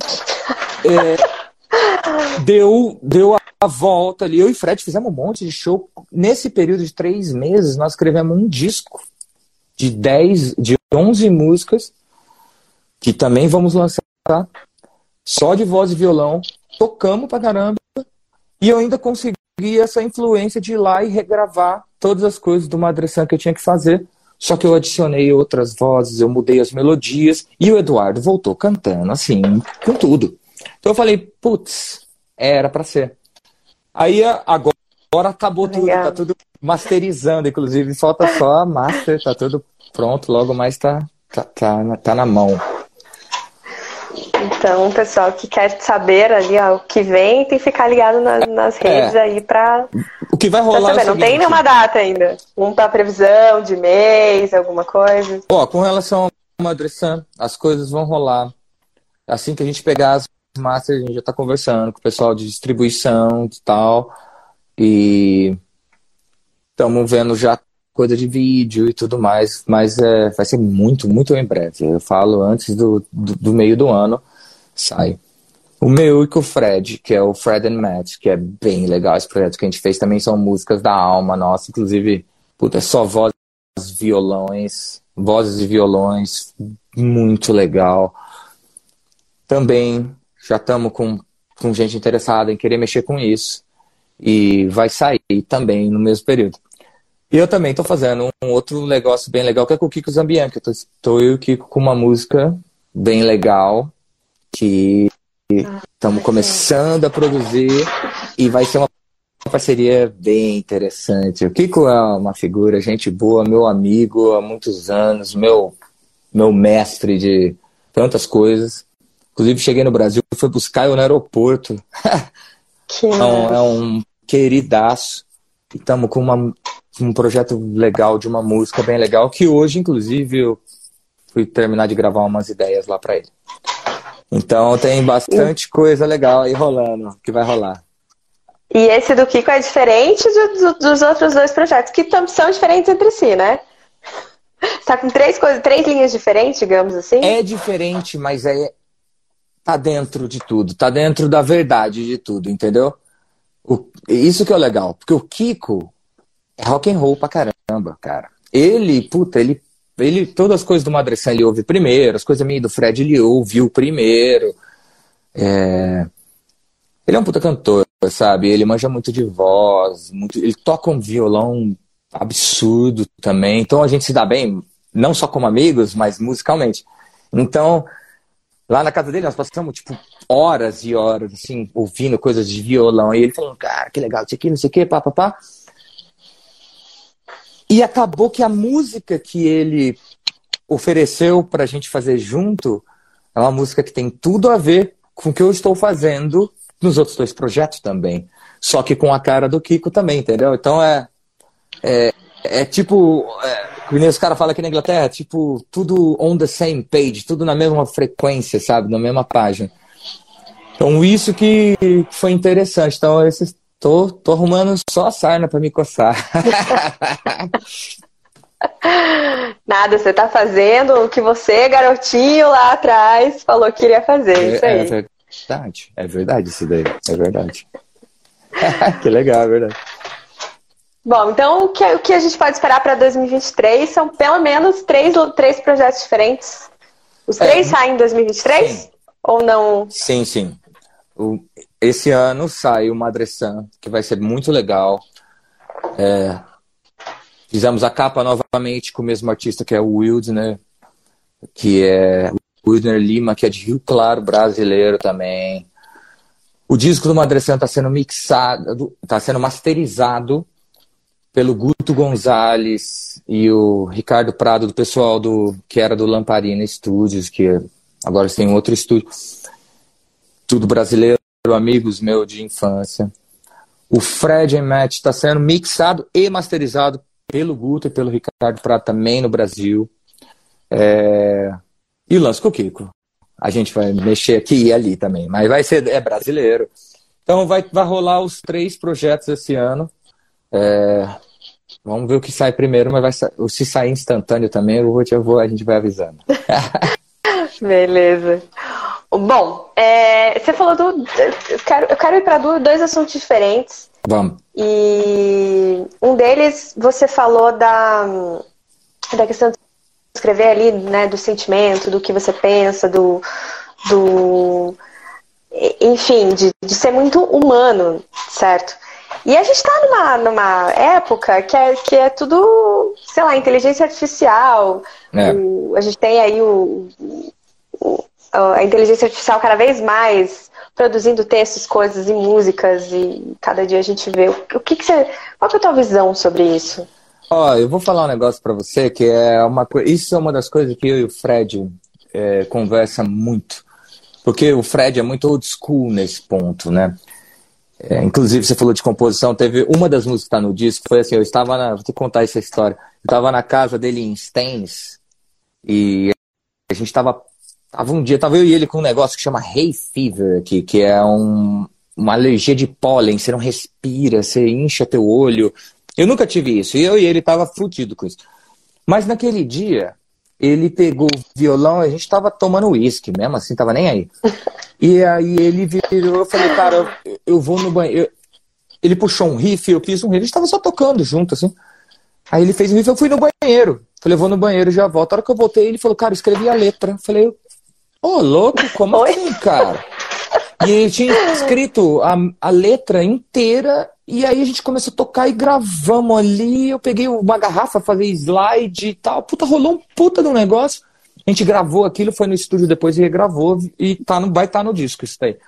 deu a volta ali, eu e o Fred fizemos um monte de show. Nesse período de 3 meses, nós escrevemos um disco de 11 músicas, que também vamos lançar, só de voz e violão, tocamos pra caramba, e eu ainda consegui essa influência de ir lá e regravar todas as coisas do Madre Sun que eu tinha que fazer, só que eu adicionei outras vozes, eu mudei as melodias, e o Eduardo voltou cantando, assim, com tudo. Então eu falei, putz, era pra ser. Aí agora acabou tudo, tá tudo masterizando, inclusive, falta só a master, tá tudo pronto, logo mais tá na mão. Então, o pessoal que quer saber ali o que vem, tem que ficar ligado nas redes aí pra... O que vai rolar saber. Não tem nenhuma data ainda? Pra previsão de mês, alguma coisa? Com relação ao Madre Sun, as coisas vão rolar. Assim que a gente pegar as masters, a gente já tá conversando com o pessoal de distribuição e tal. E estamos vendo já coisa de vídeo e tudo mais, mas vai ser muito, muito em breve. Eu falo antes do meio do ano, sai. O meu e com o Fred, que é o Fred and Matt, que é bem legal esse projeto que a gente fez, também são músicas da alma nossa, inclusive, é só vozes e violões, muito legal. Também já estamos com gente interessada em querer mexer com isso, e vai sair também no mesmo período. E eu também estou fazendo um outro negócio bem legal, que é com o Kiko Zambian, que eu e o Kiko com uma música bem legal, que estamos começando a produzir, e vai ser uma parceria bem interessante. O Kiko é uma figura, gente boa, meu amigo há muitos anos, meu mestre de tantas coisas. Inclusive cheguei no Brasil, fui buscar eu no aeroporto. É um queridaço. E estamos com um projeto legal de uma música bem legal, que hoje, inclusive, eu fui terminar de gravar umas ideias lá para ele. Então tem bastante coisa legal aí rolando, que vai rolar. E esse do Kiko é diferente dos outros 2 projetos, que são diferentes entre si, né? Tá com 3 linhas diferentes, digamos assim? É diferente, mas tá dentro de tudo, tá dentro da verdade de tudo, entendeu? Isso que é legal, porque o Kiko é rock and roll pra caramba, cara. Ele, todas as coisas do Madre Sun ele ouve primeiro, as coisas minhas do Fred ele ouviu primeiro. Ele é um puta cantor, sabe? Ele manja muito de voz, ele toca um violão absurdo também. Então a gente se dá bem, não só como amigos, mas musicalmente. Então, lá na casa dele, nós passamos, tipo, horas e horas, assim, ouvindo coisas de violão. E ele falando, cara, que legal, isso aqui, não sei o quê, pá, pá, pá. E acabou que a música que ele ofereceu pra gente fazer junto é uma música que tem tudo a ver com o que eu estou fazendo nos outros dois projetos também. Só que com a cara do Kiko também, entendeu? Então é tipo, que nem os caras falam aqui na Inglaterra, tipo, tudo on the same page, tudo na mesma frequência, sabe? Na mesma página. Então isso que foi interessante. Então tô arrumando só a sarna pra me coçar. Nada, você tá fazendo o que você, garotinho lá atrás, falou que iria fazer. Isso aí. É verdade isso daí. É verdade. Que legal, é verdade. Bom, então o que a gente pode esperar para 2023 são pelo menos três projetos diferentes. Os três saem em 2023? Sim. Ou não? Sim, sim. Esse ano sai o Madre San, que vai ser muito legal. Fizemos a capa novamente com o mesmo artista, que é o Wildner, que é o Wildner Lima, que é de Rio Claro, brasileiro também. O disco do Madre San está sendo mixado, está sendo masterizado pelo Guto Gonzalez e o Ricardo Prado, do pessoal que era do Lamparina Studios, que agora eles têm outro estúdio. Tudo brasileiro, amigos meus de infância. O Fred and Matt está sendo mixado e masterizado pelo Guto e pelo Ricardo Prado também no Brasil. E o lance com o Kiko. A gente vai mexer aqui e ali também, mas é brasileiro. Então vai rolar os 3 projetos esse ano. Vamos ver o que sai primeiro, mas se sair instantâneo também, a gente vai avisando. Beleza. Bom, você falou eu quero ir para 2 assuntos diferentes. Vamos. E um deles, você falou da questão de escrever ali, né, do sentimento, do que você pensa, enfim, de ser muito humano, certo? E a gente tá numa época que é tudo, sei lá, inteligência artificial. A gente tem aí a inteligência artificial cada vez mais produzindo textos, coisas e músicas, e cada dia a gente vê. Qual que é a tua visão sobre isso? Eu vou falar um negócio pra você que isso é uma das coisas que eu e o Fred conversa muito. Porque o Fred é muito old school nesse ponto, né? Inclusive, você falou de composição, teve uma das músicas que tá no disco, foi assim, vou te contar essa história. Eu tava na casa dele em Staines, e a gente tava um dia, tava eu e ele com um negócio que chama hay fever aqui, que é uma alergia de pólen, você não respira, você incha teu olho. Eu nunca tive isso, e eu e ele tava fudido com isso. Mas naquele dia, ele pegou o violão, a gente tava tomando uísque mesmo, assim, tava nem aí. E aí ele virou, eu falei, cara, eu vou no banheiro. Ele puxou um riff, eu fiz um riff, a gente tava só tocando junto, assim. Aí ele fez um riff, eu fui no banheiro. Falei, eu vou no banheiro e já volto. A hora que eu voltei, ele falou, cara, eu escrevi a letra. Eu falei, louco, como assim, cara? E ele tinha escrito a letra inteira, e aí a gente começou a tocar e gravamos ali. Eu peguei uma garrafa, fazer slide e tal. Puta, rolou um puta de um negócio. A gente gravou aquilo, foi no estúdio depois e regravou, e vai estar no disco isso daí.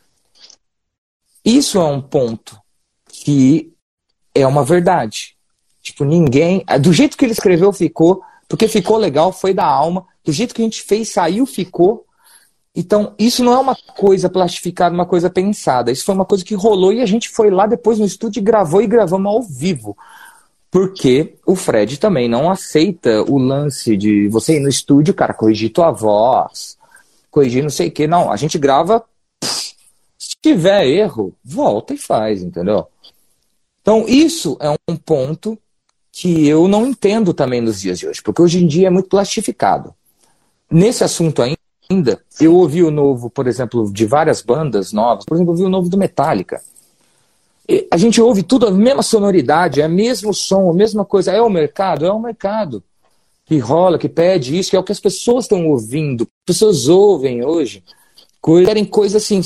Isso é um ponto que é uma verdade. Tipo, ninguém... Do jeito que ele escreveu, ficou. Porque ficou legal, foi da alma. Do jeito que a gente fez, saiu, ficou. Então, isso não é uma coisa plastificada, uma coisa pensada. Isso foi uma coisa que rolou e a gente foi lá depois no estúdio e gravamos ao vivo. Porque o Fred também não aceita o lance de você ir no estúdio, cara, corrigir tua voz, corrigir não sei o quê. Não, a gente grava, se tiver erro, volta e faz, entendeu? Então, isso é um ponto que eu não entendo também nos dias de hoje, porque hoje em dia é muito plastificado. Nesse assunto ainda, eu ouvi o novo, por exemplo, de várias bandas novas, por exemplo, eu ouvi o novo do Metallica. A gente ouve tudo a mesma sonoridade, é o mesmo som, a mesma coisa. É o mercado que rola, que pede isso, que é o que as pessoas estão ouvindo. As pessoas ouvem hoje, querem coisa assim,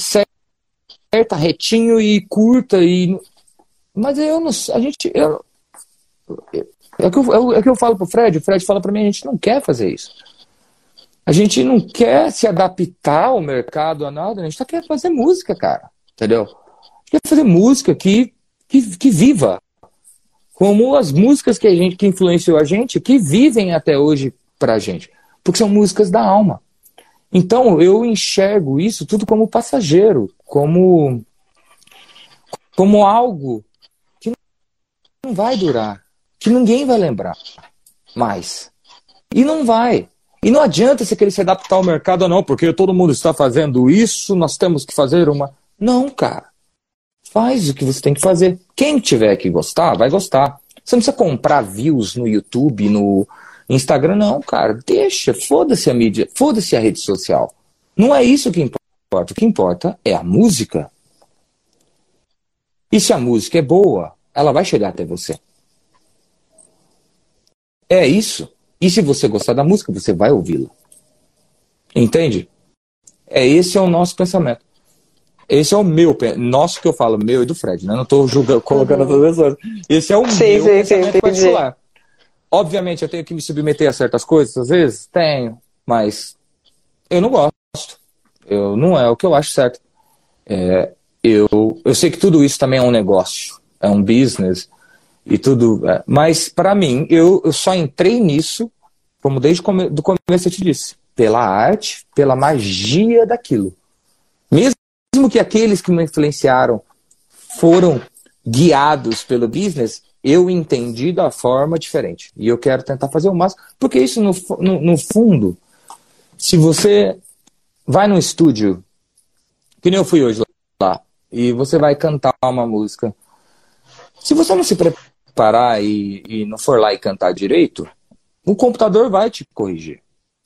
certa, retinho e curta. Mas eu não, É o que eu falo pro Fred, o Fred fala pra mim, a gente não quer fazer isso. A gente não quer se adaptar ao mercado, a nada, a gente só quer fazer música, cara, entendeu? A gente quer fazer música que viva, como as músicas que influenciou a gente, que vivem até hoje pra gente, porque são músicas da alma. Então eu enxergo isso tudo como passageiro, como algo que não vai durar, que ninguém vai lembrar mais. E não vai. E não adianta você querer se adaptar ao mercado, não, porque todo mundo está fazendo isso, nós temos que fazer uma... Não, cara. Faz o que você tem que fazer. Quem tiver que gostar, vai gostar. Você não precisa comprar views no YouTube, no Instagram, não, cara. Deixa, foda-se a mídia, foda-se a rede social. Não é isso que importa. O que importa é a música. E se a música é boa, ela vai chegar até você. É isso. E se você gostar da música, você vai ouvi-la. Entende? Esse é o nosso pensamento. Esse é o meu, nosso que eu falo, meu e do Fred, né? Não estou julgando, colocando as pessoas. Esse é o meu pensamento particular. Obviamente, eu tenho que me submeter a certas coisas, às vezes? Tenho, mas eu não gosto. Não é o que eu acho certo. Eu sei que tudo isso também é um negócio, é um business e tudo, mas para mim, eu só entrei nisso, como desde do começo eu te disse, pela arte, pela magia daquilo. Mesmo que aqueles que me influenciaram foram guiados pelo business, eu entendi da forma diferente. E eu quero tentar fazer o máximo, porque isso no fundo, se você vai num estúdio, que nem eu fui hoje lá, e você vai cantar uma música, se você não se preparar e não for lá e cantar direito, o computador vai te corrigir.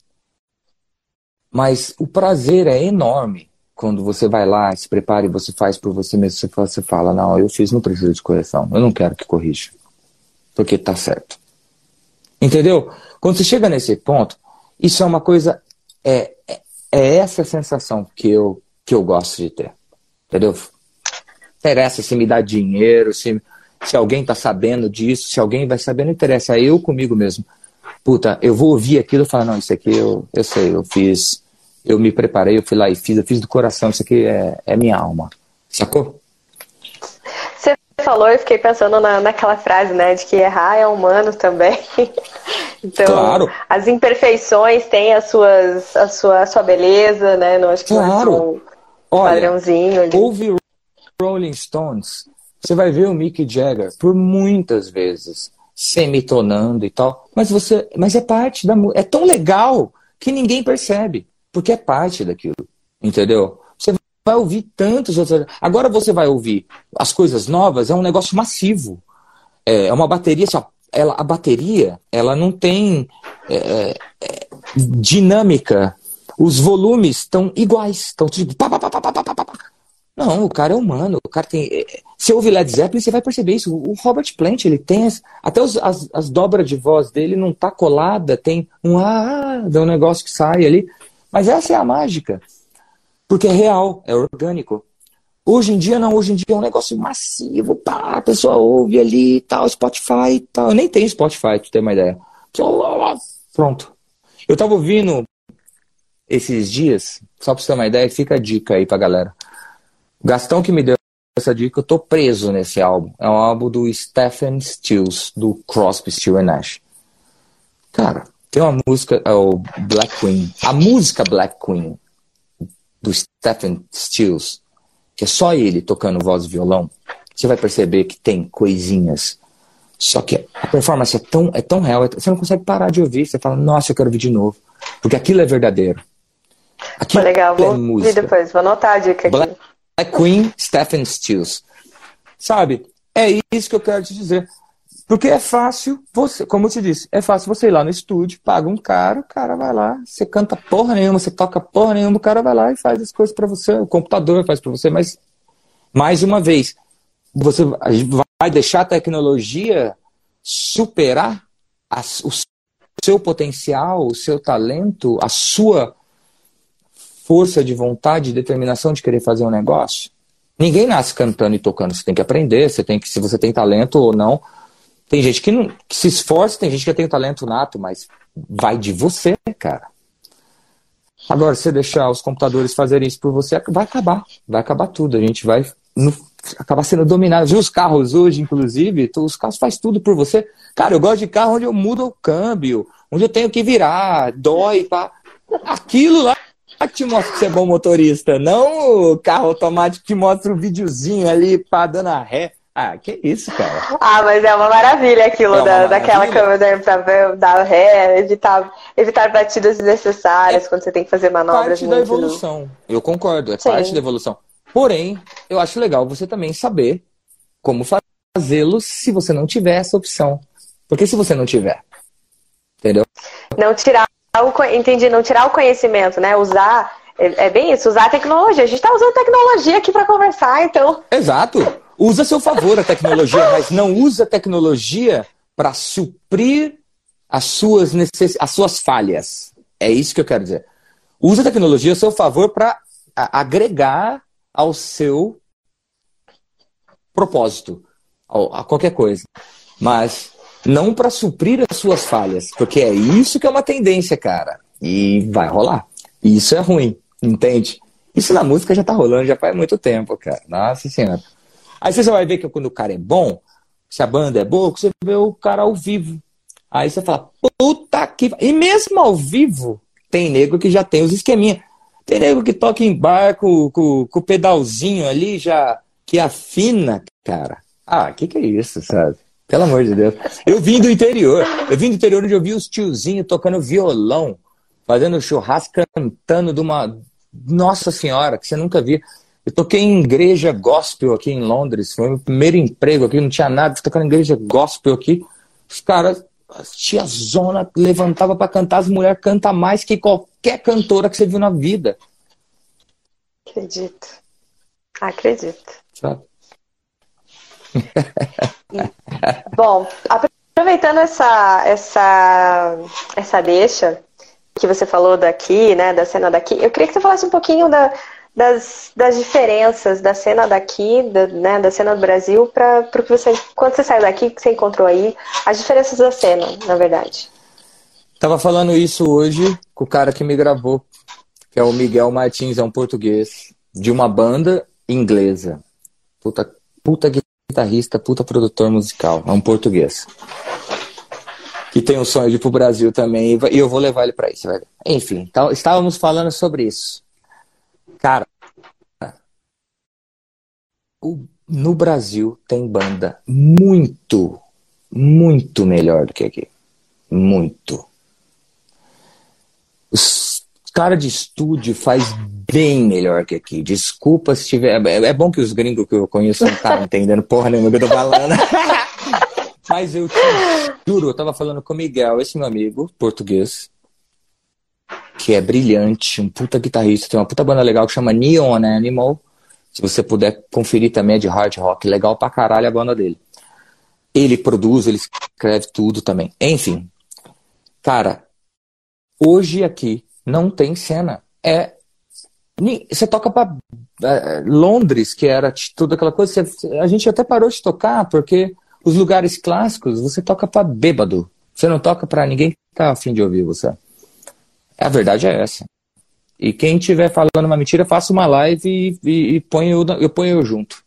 Mas o prazer é enorme quando você vai lá, se prepara e você faz por você mesmo. Você fala, não, eu fiz, não preciso de correção. Eu não quero que corrija. Porque tá certo. Entendeu? Quando você chega nesse ponto, isso é uma coisa... É essa sensação que eu gosto de ter. Entendeu? Interessa se me dá dinheiro, se alguém tá sabendo disso, se alguém vai saber, não interessa. É eu comigo mesmo. Puta, eu vou ouvir aquilo e falar, não, isso aqui eu sei, eu fiz, eu me preparei, eu fui lá e fiz, eu fiz do coração, isso aqui é minha alma. Sacou? Você falou, eu fiquei pensando naquela frase, né, de que errar é humano também. Então, claro. As imperfeições têm a sua beleza, né? Não acho que claro. Não é um padrãozinho ali. Ouve Rolling Stones, você vai ver o Mick Jagger por muitas vezes semitonando e tal, mas é parte da música. É tão legal que ninguém percebe, porque é parte daquilo, entendeu? Você vai ouvir tantos outros. Agora você vai ouvir as coisas novas, é um negócio massivo. É uma bateria, a bateria, ela não tem dinâmica. Os volumes estão iguais, estão tipo pá, pá, pá, pá, pá, pá, pá. Não, o cara é humano, o cara tem... Se ouve Led Zeppelin, você vai perceber isso. O Robert Plant, ele tem... Até as dobras de voz dele não tá colada, tem um negócio que sai ali. Mas essa é a mágica. Porque é real, é orgânico. Hoje em dia, não. Hoje em dia é um negócio massivo, pá, a pessoa ouve ali e tal, Spotify e tal. Eu nem tenho Spotify, pra você ter uma ideia. Pronto. Eu tava ouvindo esses dias, só pra você ter uma ideia, fica a dica aí pra galera. O Gastão que me deu essa dica, eu tô preso nesse álbum. É um álbum do Stephen Stills, do Crosby, Stills Nash. Cara, tem uma música, é o Black Queen. A música Black Queen, do Stephen Stills, que é só ele tocando voz e violão, você vai perceber que tem coisinhas. Só que a performance é tão real, você não consegue parar de ouvir. Você fala, nossa, eu quero ouvir de novo. Porque aquilo é verdadeiro. Aquilo legal, vou ouvir depois, vou anotar a dica aqui. Black Queen, Stephen Stills. Sabe? É isso que eu quero te dizer. Porque é fácil, como eu te disse, é fácil você ir lá no estúdio, paga um cara, o cara vai lá, você canta porra nenhuma, você toca porra nenhuma, o cara vai lá e faz as coisas pra você, o computador faz pra você, mas, mais uma vez, você vai deixar a tecnologia superar o seu potencial, o seu talento, a sua força de vontade, determinação de querer fazer um negócio? Ninguém nasce cantando e tocando, você tem que aprender, se você tem talento ou não, Tem gente que se esforça, tem gente que tem o talento nato, mas vai de você, cara. Agora, se você deixar os computadores fazerem isso por você, vai acabar tudo. A gente vai acabar sendo dominado. Viu os carros hoje, inclusive? Os carros fazem tudo por você. Cara, eu gosto de carro onde eu mudo o câmbio, onde eu tenho que virar, dói, pá. Aquilo lá que te mostra que você é bom motorista, não o carro automático que mostra o videozinho ali, pá, dando a ré. Ah, que isso, cara. Ah, mas é uma maravilha aquilo daquela câmera pra dar ré, evitar batidas desnecessárias quando você tem que fazer manobras. Parte da evolução. Eu concordo, é parte da evolução. Porém, eu acho legal você também saber como fazê-lo se você não tiver essa opção. Porque se você não tiver, entendeu? Não tirar o conhecimento, né? Usar, é bem isso, usar a tecnologia. A gente tá usando tecnologia aqui para conversar, então. Exato. Usa a seu favor a tecnologia, mas não usa a tecnologia para suprir as suas falhas. É isso que eu quero dizer. Usa a tecnologia a seu favor para agregar ao seu propósito, a qualquer coisa. Mas não para suprir as suas falhas, porque é isso que é uma tendência, cara. E vai rolar. E isso é ruim, entende? Isso na música já tá rolando, já faz muito tempo, cara. Nossa Senhora. Aí você vai ver que quando o cara é bom, se a banda é boa, você vê o cara ao vivo. Aí você fala, puta que... E mesmo ao vivo, tem nego que já tem os esqueminha. Tem nego que toca em bar com o pedalzinho ali, já que afina, cara. Ah, que é isso, sabe? Pelo amor de Deus. Eu vim do interior onde eu vi os tiozinhos tocando violão, fazendo churrasco, cantando de uma... Nossa Senhora, que você nunca via. Eu toquei em igreja gospel aqui em Londres, foi o meu primeiro emprego aqui, não tinha nada, fui tocando em igreja gospel aqui. Os caras, a tiazona levantava pra cantar, as mulheres cantam mais que qualquer cantora que você viu na vida. Acredito. Sabe? Bom, aproveitando essa deixa que você falou daqui, né, da cena daqui, eu queria que você falasse um pouquinho das diferenças da cena daqui, da cena do Brasil, para o que você, quando você saiu daqui, que você encontrou aí, as diferenças da cena, na verdade. Tava falando isso hoje com o cara que me gravou, que é o Miguel Martins, é um português, de uma banda inglesa. Puta guitarrista, puta produtor musical, é um português. Que tem um sonho de ir pro Brasil também, e eu vou levar ele pra isso, vai ver. Enfim, então, estávamos falando sobre isso. Cara, no Brasil tem banda muito, muito melhor do que aqui. Muito. Os caras de estúdio faz bem melhor que aqui. Desculpa se tiver... É bom que os gringos que eu conheço não estavam entendendo porra nenhuma que eu tô falando. Mas eu te juro, eu tava falando com o Miguel, esse meu amigo português, que é brilhante, um puta guitarrista, tem uma puta banda legal que chama Neon Animal. Se você puder conferir também, é de hard rock, legal pra caralho a banda dele. Ele produz, ele escreve tudo também. Enfim, cara, hoje aqui não tem cena. Você toca pra Londres, que era tudo aquela coisa, a gente até parou de tocar, porque os lugares clássicos você toca pra bêbado. Você não toca pra ninguém que tá a fim de ouvir você. A verdade é essa. E quem estiver falando uma mentira, faça uma live e eu ponho junto.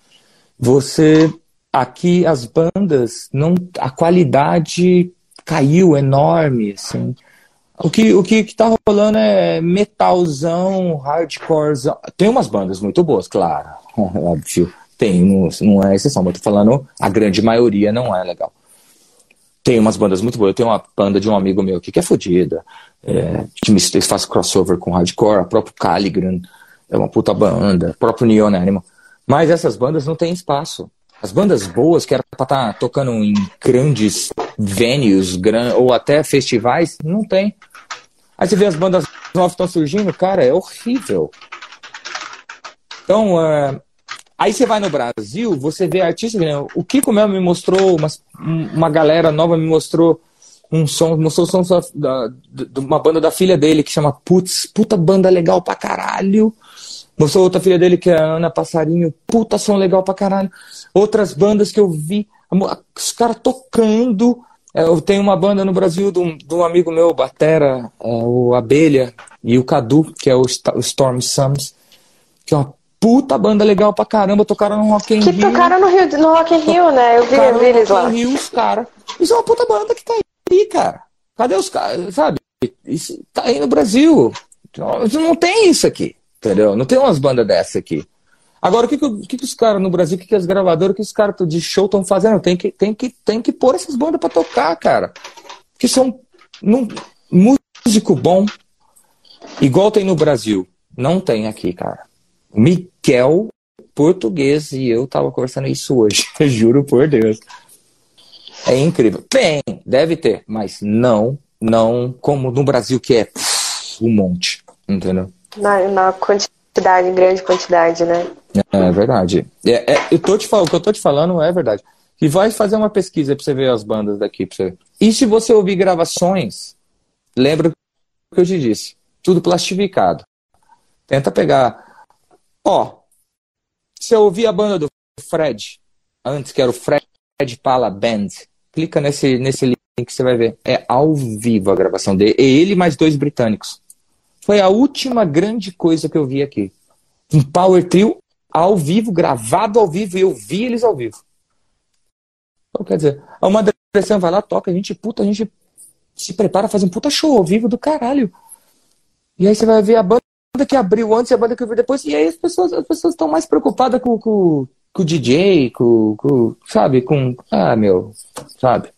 Aqui as bandas, a qualidade caiu enorme, assim. O que tá rolando é metalzão, hardcorezão. Tem umas bandas muito boas, claro. Óbvio. Tem, não é exceção, mas eu tô falando, a grande maioria não é legal. Tem umas bandas muito boas. Eu tenho uma banda de um amigo meu aqui que é fodida. Que faz crossover com hardcore. A própria Caligram é uma puta banda. O próprio Neon Animal. Mas essas bandas não têm espaço. As bandas boas, que era pra estar tocando em grandes venues, ou até festivais, não tem. Aí você vê as bandas novas que estão surgindo, cara, é horrível. Então, aí você vai no Brasil, você vê artistas, né? O Kiko mesmo me mostrou, uma galera nova me mostrou mostrou o som de uma banda da filha dele que chama Putz, puta banda legal pra caralho. Mostrou outra filha dele que é a Ana Passarinho, puta som legal pra caralho. Outras bandas que eu vi, Os caras tocando. Eu tenho uma banda no Brasil de um amigo meu, batera, o Abelha, e o Cadu, que é o Storm Sums, que é uma puta banda legal pra caramba, tocaram no Rock in Rio. Que tocaram no Rock in Rio, né? Eu vi eles lá. Rock in Rio, os caras. Isso é uma puta banda que tá aí, cara. Cadê os caras, sabe? Isso tá aí no Brasil. Não tem isso aqui, entendeu? Não tem umas bandas dessa aqui. Agora, o que os caras no Brasil, o que as gravadoras, o que os caras de show estão fazendo? Tem que pôr essas bandas pra tocar, cara. Que são músico bom, igual tem no Brasil. Não tem aqui, cara. Miquel, português, e eu tava conversando isso hoje. Juro por Deus. É incrível. Tem, deve ter, mas não como no Brasil, que é um monte, entendeu? Na quantidade, grande quantidade, né? É verdade. Eu tô te falando, o que eu tô te falando é verdade. E vai fazer uma pesquisa pra você ver as bandas daqui. Pra você ver. E se você ouvir gravações, lembra o que eu te disse. Tudo plastificado. Tenta pegar. Ó, se eu ouvir a banda do Fred, antes que era o Fred Pala Band, clica nesse link que você vai ver. É ao vivo a gravação dele. É ele mais 2 britânicos. Foi a última grande coisa que eu vi aqui. Um Power Trio ao vivo, gravado ao vivo, e eu vi eles ao vivo. Então, quer dizer, uma depressão vai lá, toca, a gente se prepara, faz um puta show ao vivo do caralho. E aí você vai ver a banda que abriu antes e a banda que abriu depois, e aí as pessoas estão mais preocupadas com o DJ, sabe, sabe?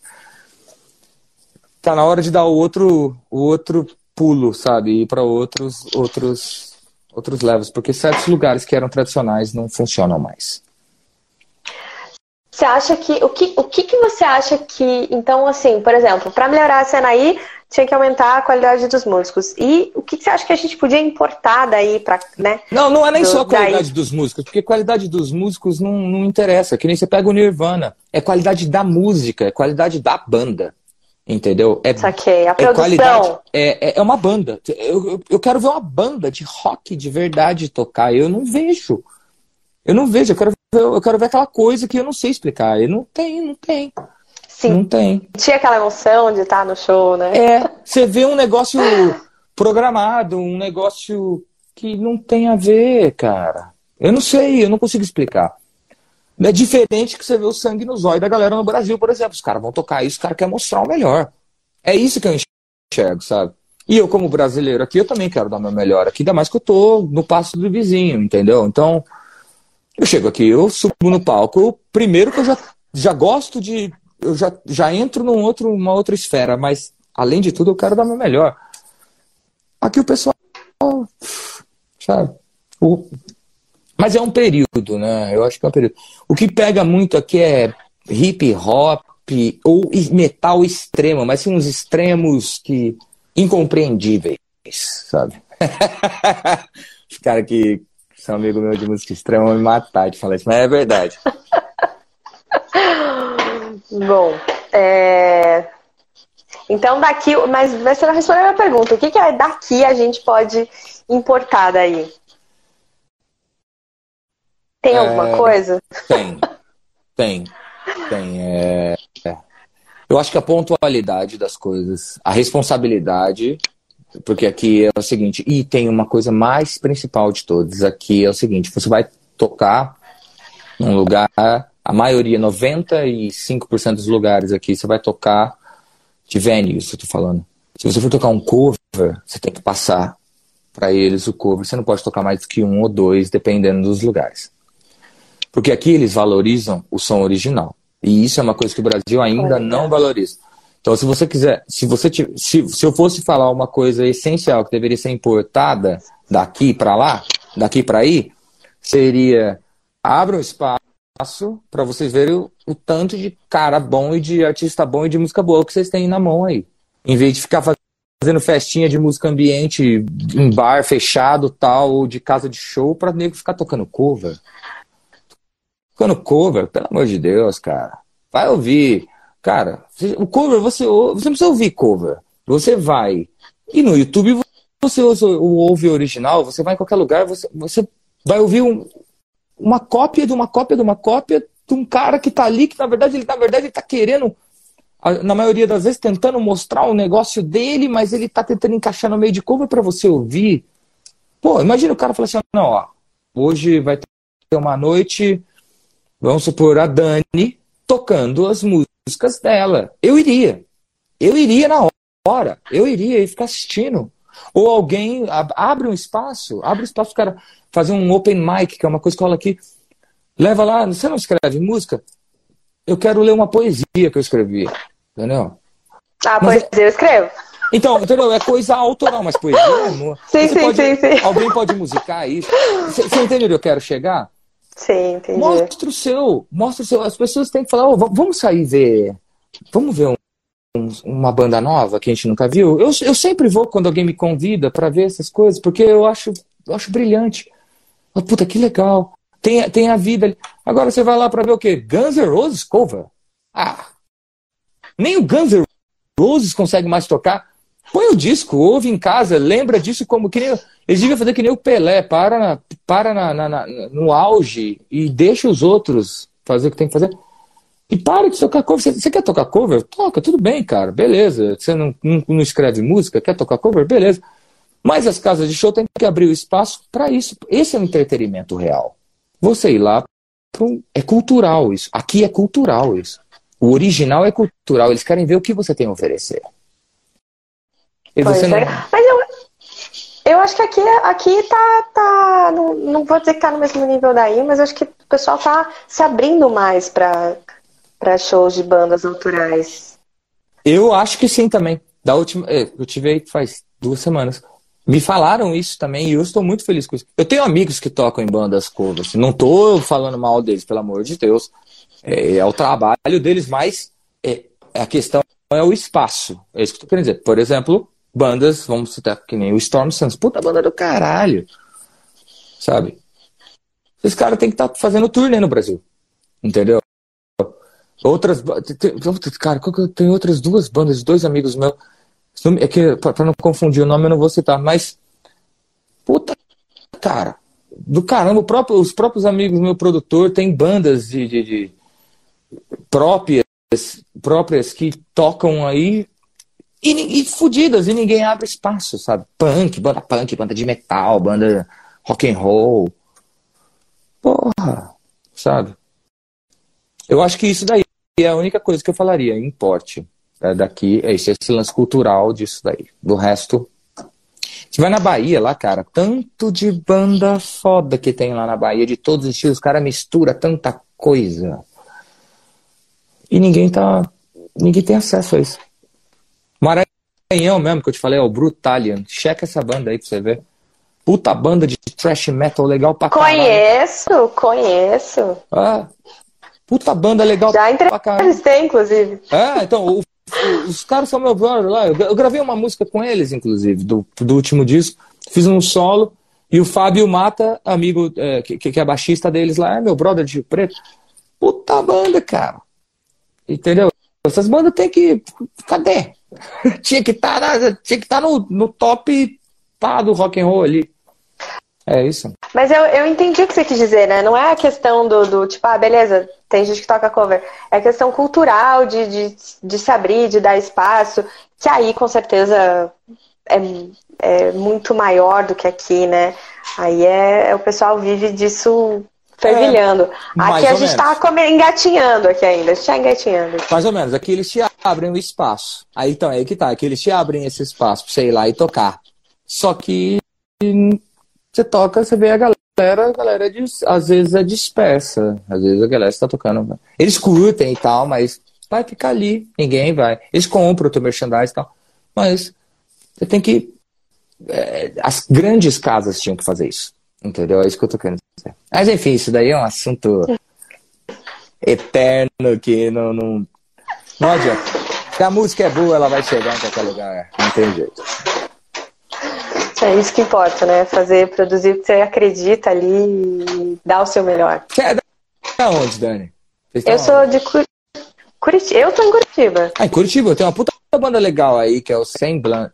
Tá na hora de dar o outro pulo, sabe, ir para outros levels, porque certos lugares que eram tradicionais não funcionam mais. Você acha que o que você acha que, então, assim, por exemplo, para melhorar a cena aí, tinha que aumentar a qualidade dos músicos. E o que você acha que a gente podia importar daí para, né? Não é nem só a qualidade dos músicos, porque a qualidade dos músicos não interessa. Que nem você pega o Nirvana, é qualidade da música, é qualidade da banda. Entendeu? Saquei. A produção. É uma banda. Eu quero ver uma banda de rock de verdade tocar. Eu não vejo. Eu quero ver aquela coisa que eu não sei explicar. Não tem. Sim. Não tem. Tinha aquela emoção de estar no show, né? Você vê um negócio programado, um negócio que não tem a ver, cara. Eu não sei, eu não consigo explicar. É diferente que você vê o sangue no zóio da galera no Brasil, por exemplo. Os caras vão tocar isso, os caras querem mostrar o melhor. É isso que eu enxergo, sabe? E eu, como brasileiro aqui, eu também quero dar o meu melhor aqui, ainda mais que eu tô no passo do vizinho, entendeu? Então, eu chego aqui, eu subo no palco. Primeiro que eu já gosto de... Eu já entro numa outra esfera, mas, além de tudo, eu quero dar o meu melhor. Aqui o pessoal... Sabe? Mas é um período, né? Eu acho que é um período. O que pega muito aqui é hip hop ou metal extremo, mas são uns extremos que incompreendíveis, sabe? Os caras que são amigos meus de música extrema vão me matar de falar isso, mas é verdade. Bom, então daqui, mas você não respondeu a minha pergunta. O que é daqui a gente pode importar daí? Tem alguma coisa? Tem. Eu acho que a pontualidade das coisas, a responsabilidade, porque aqui é o seguinte, e tem uma coisa mais principal de todas, aqui é o seguinte, você vai tocar num lugar, a maioria, 95% dos lugares aqui, você vai tocar de venues, eu tô falando. Se você for tocar um cover, você tem que passar para eles o cover, você não pode tocar mais do que 1 ou 2, dependendo dos lugares. Porque aqui eles valorizam o som original. E isso é uma coisa que o Brasil ainda não valoriza. Então, se você quiser, se eu fosse falar uma coisa essencial que deveria ser importada daqui para lá, daqui para aí, seria abra um espaço para vocês verem o tanto de cara bom e de artista bom e de música boa que vocês têm na mão aí. Em vez de ficar fazendo festinha de música ambiente em bar fechado tal, ou de casa de show, para nego ficar tocando cover. Tocando cover, pelo amor de Deus, cara. Vai ouvir. Cara, o cover, você não precisa ouvir cover. Você vai. E no YouTube você ouve o original, você vai em qualquer lugar, você vai ouvir uma cópia de uma cópia de uma cópia de um cara que tá ali, que na verdade ele tá querendo, na maioria das vezes, tentando mostrar o negócio dele, mas ele tá tentando encaixar no meio de cover pra você ouvir. Pô, imagina o cara falar assim, não, ó, hoje vai ter uma noite, vamos supor, a Dani tocando as músicas dela. Eu iria na hora, eu iria e ficar assistindo. Ou alguém abre um espaço pro cara fazer um open mic, que é uma coisa que rola aqui. Leva lá, você não escreve música? Eu quero ler uma poesia que eu escrevi, entendeu? Poesia eu escrevo. Então, entendeu? É coisa autoral, mas poesia é... Sim. Alguém pode musicar isso. Você entende onde eu quero chegar? Sim, entendi. Mostra o seu. As pessoas têm que falar, vamos sair ver. Vamos ver uma banda nova que a gente nunca viu. Eu sempre vou quando alguém me convida para ver essas coisas, porque eu acho brilhante. Puta, que legal. Tem a vida ali. Agora você vai lá para ver o quê? Guns N' Roses cover. Nem o Guns N' Roses consegue mais tocar. Põe o disco, ouve em casa, lembra disso como que nem... Eles deviam fazer que nem o Pelé, para no auge e deixa os outros fazer o que tem que fazer. E para de tocar cover. Você quer tocar cover? Toca, tudo bem, cara, beleza. Você não escreve música, quer tocar cover? Beleza. Mas as casas de show têm que abrir o espaço para isso. Esse é o entretenimento real. Você ir lá, é cultural isso. Aqui é cultural isso. O original é cultural. Eles querem ver o que você tem a oferecer. Mas eu acho que aqui tá não vou dizer que tá no mesmo nível daí, mas acho que o pessoal tá se abrindo mais para shows de bandas autorais. Eu acho que sim também. Eu tive aí faz 2 semanas. Me falaram isso também e eu estou muito feliz com isso. Eu tenho amigos que tocam em bandas covers. Não tô falando mal deles, pelo amor de Deus. É o trabalho deles, mas a questão é o espaço. É isso que eu tô querendo dizer. Por exemplo, bandas, vamos citar que nem o Storm Suns. Puta banda do caralho. Sabe? Esses caras têm que estar fazendo turnê no Brasil. Entendeu? Cara, tem outras 2 bandas de 2 amigos meus. É que, pra não confundir o nome, eu não vou citar, mas. Puta, cara. Do caramba, os próprios amigos meu produtor tem bandas de próprias que tocam aí e fudidas, e ninguém abre espaço, sabe? Punk, banda de metal, banda rock and roll. Porra, sabe? Eu acho que isso daí é a única coisa que eu falaria, importe. Daqui, esse lance cultural disso daí. Do resto, você vai na Bahia lá, cara, tanto de banda foda que tem lá na Bahia, de todos os estilos, os caras misturam tanta coisa. E ninguém tem acesso a isso. Maranhão mesmo, que eu te falei, é o Brutalian. Checa essa banda aí pra você ver. Puta banda de thrash metal legal pra caralho. Conheço. Puta banda legal pra caralho. Já entrevistei, inclusive. Então, os caras são meu brother lá. Eu gravei uma música com eles, inclusive, do último disco. Fiz um solo. E o Fábio Mata, amigo que é baixista deles lá, é meu brother de Rio Preto. Puta banda, cara. Entendeu? Essas bandas tem que... Cadê? Tinha que estar no top do rock and roll ali. É isso. Mas eu entendi o que você quis dizer, né? Não é a questão do tipo, beleza, tem gente que toca cover. É a questão cultural de se abrir, de dar espaço, que aí com certeza é muito maior do que aqui, né? Aí o pessoal vive disso fervilhando. Aqui a gente tá engatinhando aqui ainda, a gente tá engatinhando. Mais ou menos, aqui eles te abrem o espaço. Aí então, aí que tá, aqui eles te abrem esse espaço pra você ir lá e tocar. Só que você toca, você vê a galera às vezes é dispersa. Às vezes a galera está tocando. Eles curtem e tal, mas vai ficar ali. Ninguém vai. Eles compram o teu merchandise e tal. Mas você tem que... as grandes casas tinham que fazer isso. Entendeu? É isso que eu tô querendo dizer. Mas enfim, isso daí é um assunto eterno que não adianta. Se a música é boa, ela vai chegar em qualquer lugar. Não tem jeito. É isso que importa, né? Produzir o que você acredita ali e dar o seu melhor. Você é da onde, Dani? Eu sou de Curitiba. Eu tô em Curitiba. Em Curitiba, tem uma puta banda legal aí, que é o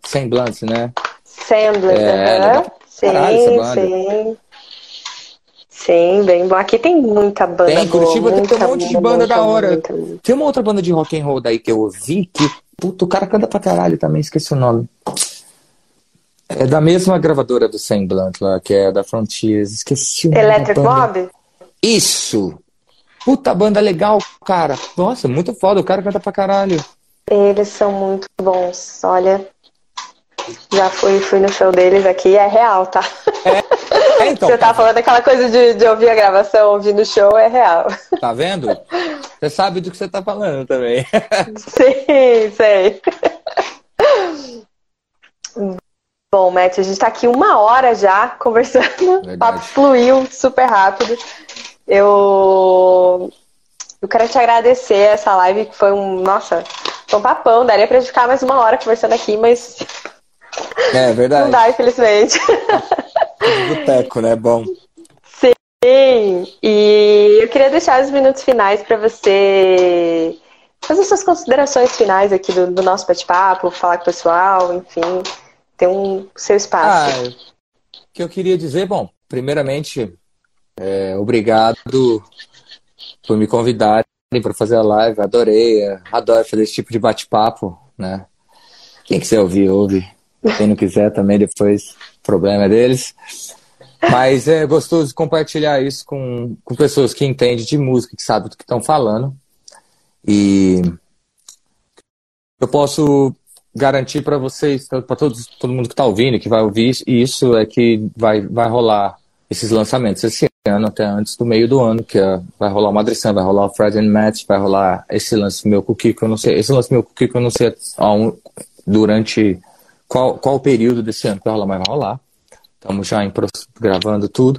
Semblance, né? Semblance, legal. Sim, Caralho, essa banda. sim. Sim, bem bom. Aqui tem muita banda Tem, em Curitiba boa, tem um monte de banda da hora. muita. Tem uma outra banda de rock and roll daí que eu ouvi, que, puta, o cara canta pra caralho também, esqueci o nome. É da mesma gravadora do Sam Blunt lá, que é da Frontiers, esqueci o nome Electric da banda. Bob? Isso! Puta banda legal, cara. Nossa, muito foda, o cara canta pra caralho. Eles são muito bons, olha. Já fui no show deles aqui, é real, tá? Então. Você tá falando daquela coisa de ouvir a gravação, ouvir no show, é real. Tá vendo? Você sabe do que você tá falando também. Sim, sei. Bom, Matt, a gente tá aqui 1 hora já conversando. O papo fluiu super rápido. Eu quero te agradecer essa live, que foi Nossa, foi um papão. Daria pra gente ficar mais 1 hora conversando aqui, mas... É verdade. Não dá, infelizmente. Boteco, né? Bom. Sim, e eu queria deixar os minutos finais para você fazer suas considerações finais aqui do nosso bate-papo, falar com o pessoal, enfim, ter seu espaço. O que eu queria dizer, bom, primeiramente, obrigado por me convidarem para fazer a live, adoro fazer esse tipo de bate-papo, né? Quem quiser ouvir, ouve. Quem não quiser também, depois, problema é deles. Mas é gostoso compartilhar isso com pessoas que entendem de música, que sabem do que estão falando. E eu posso garantir para vocês, para todo mundo que está ouvindo, que vai ouvir isso, é que vai rolar esses lançamentos esse ano, até antes do meio do ano, que vai rolar o Madrição, vai rolar o Fred and Matt, vai rolar esse lance meu com o Kiko, eu não sei, durante qual período desse ano que vai rolar, mas vai rolar. Estamos já gravando tudo.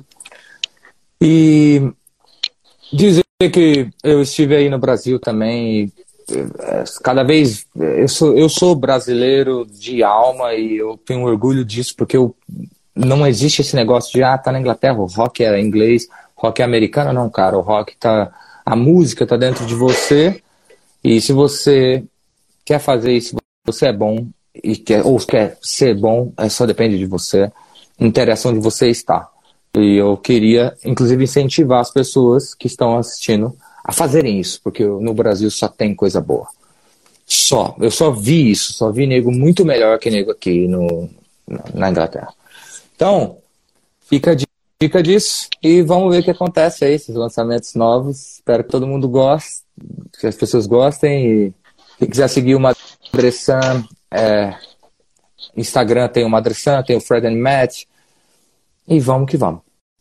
E dizer que eu estive aí no Brasil também. Cada vez eu sou brasileiro de alma e eu tenho orgulho disso, porque não existe esse negócio de tá na Inglaterra, o rock é inglês, rock é americano, não, cara. O rock a música tá dentro de você, e se você quer fazer isso, você é bom, ou quer ser bom, só depende de você. Não interessa onde você está. E eu queria, inclusive, incentivar as pessoas que estão assistindo a fazerem isso, porque no Brasil só tem coisa boa. Eu só vi isso, só vi nego muito melhor que nego aqui na Inglaterra. Então, fica a dica disso e vamos ver o que acontece aí, esses lançamentos novos. Espero que todo mundo goste, que as pessoas gostem. E quem quiser seguir o Madressan, Instagram tem o Madressan, tem o Fred and Matt. E vamos que vamos.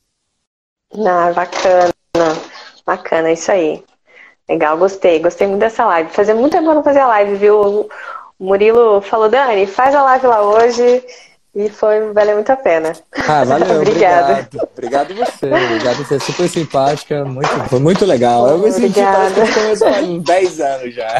Bacana, isso aí. Legal, gostei muito dessa live. Fazia muito tempo que eu não fazia live, viu? O Murilo falou, Dani, faz a live lá hoje. E valeu muito a pena. Valeu, Obrigada. Obrigado você, super simpática, foi muito legal. Eu me senti, parece que a gente começou há uns 10 anos já.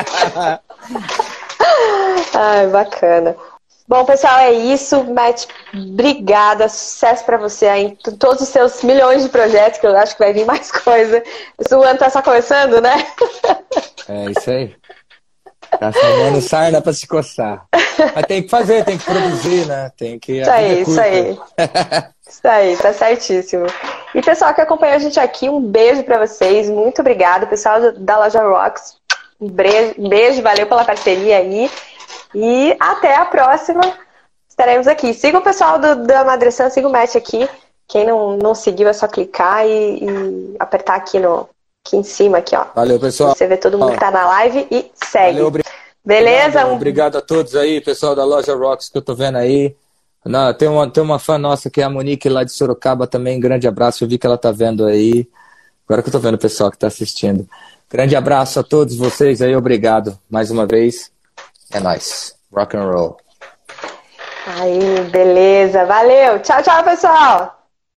Ai, bacana. Bom, pessoal, é isso. Matt, obrigada. Sucesso pra você aí em todos os seus milhões de projetos, que eu acho que vai vir mais coisa. O ano tá só começando, né? É isso aí. Tá chamando sarna pra se coçar. Mas tem que fazer, tem que produzir, né? Tem que... Isso aí. Isso aí, tá certíssimo. E pessoal que acompanhou a gente aqui, um beijo pra vocês. Muito obrigado, pessoal da Loja Rocks. Um beijo, valeu pela parceria aí. E até a próxima. Estaremos aqui. Siga o pessoal da Madressan, siga o Matt aqui. Quem não seguiu é só clicar e apertar aqui em cima, aqui, ó. Valeu, pessoal. Você vê todo mundo que tá na live e segue. Valeu, beleza? Obrigado a todos aí, pessoal da Loja Rocks que eu tô vendo aí. Não, tem uma fã nossa que é a Monique lá de Sorocaba também. Grande abraço, eu vi que ela tá vendo aí. Agora que eu tô vendo o pessoal que tá assistindo. Grande abraço a todos vocês aí, obrigado mais uma vez. É nóis. Rock and roll. Aí, beleza. Valeu. Tchau, pessoal.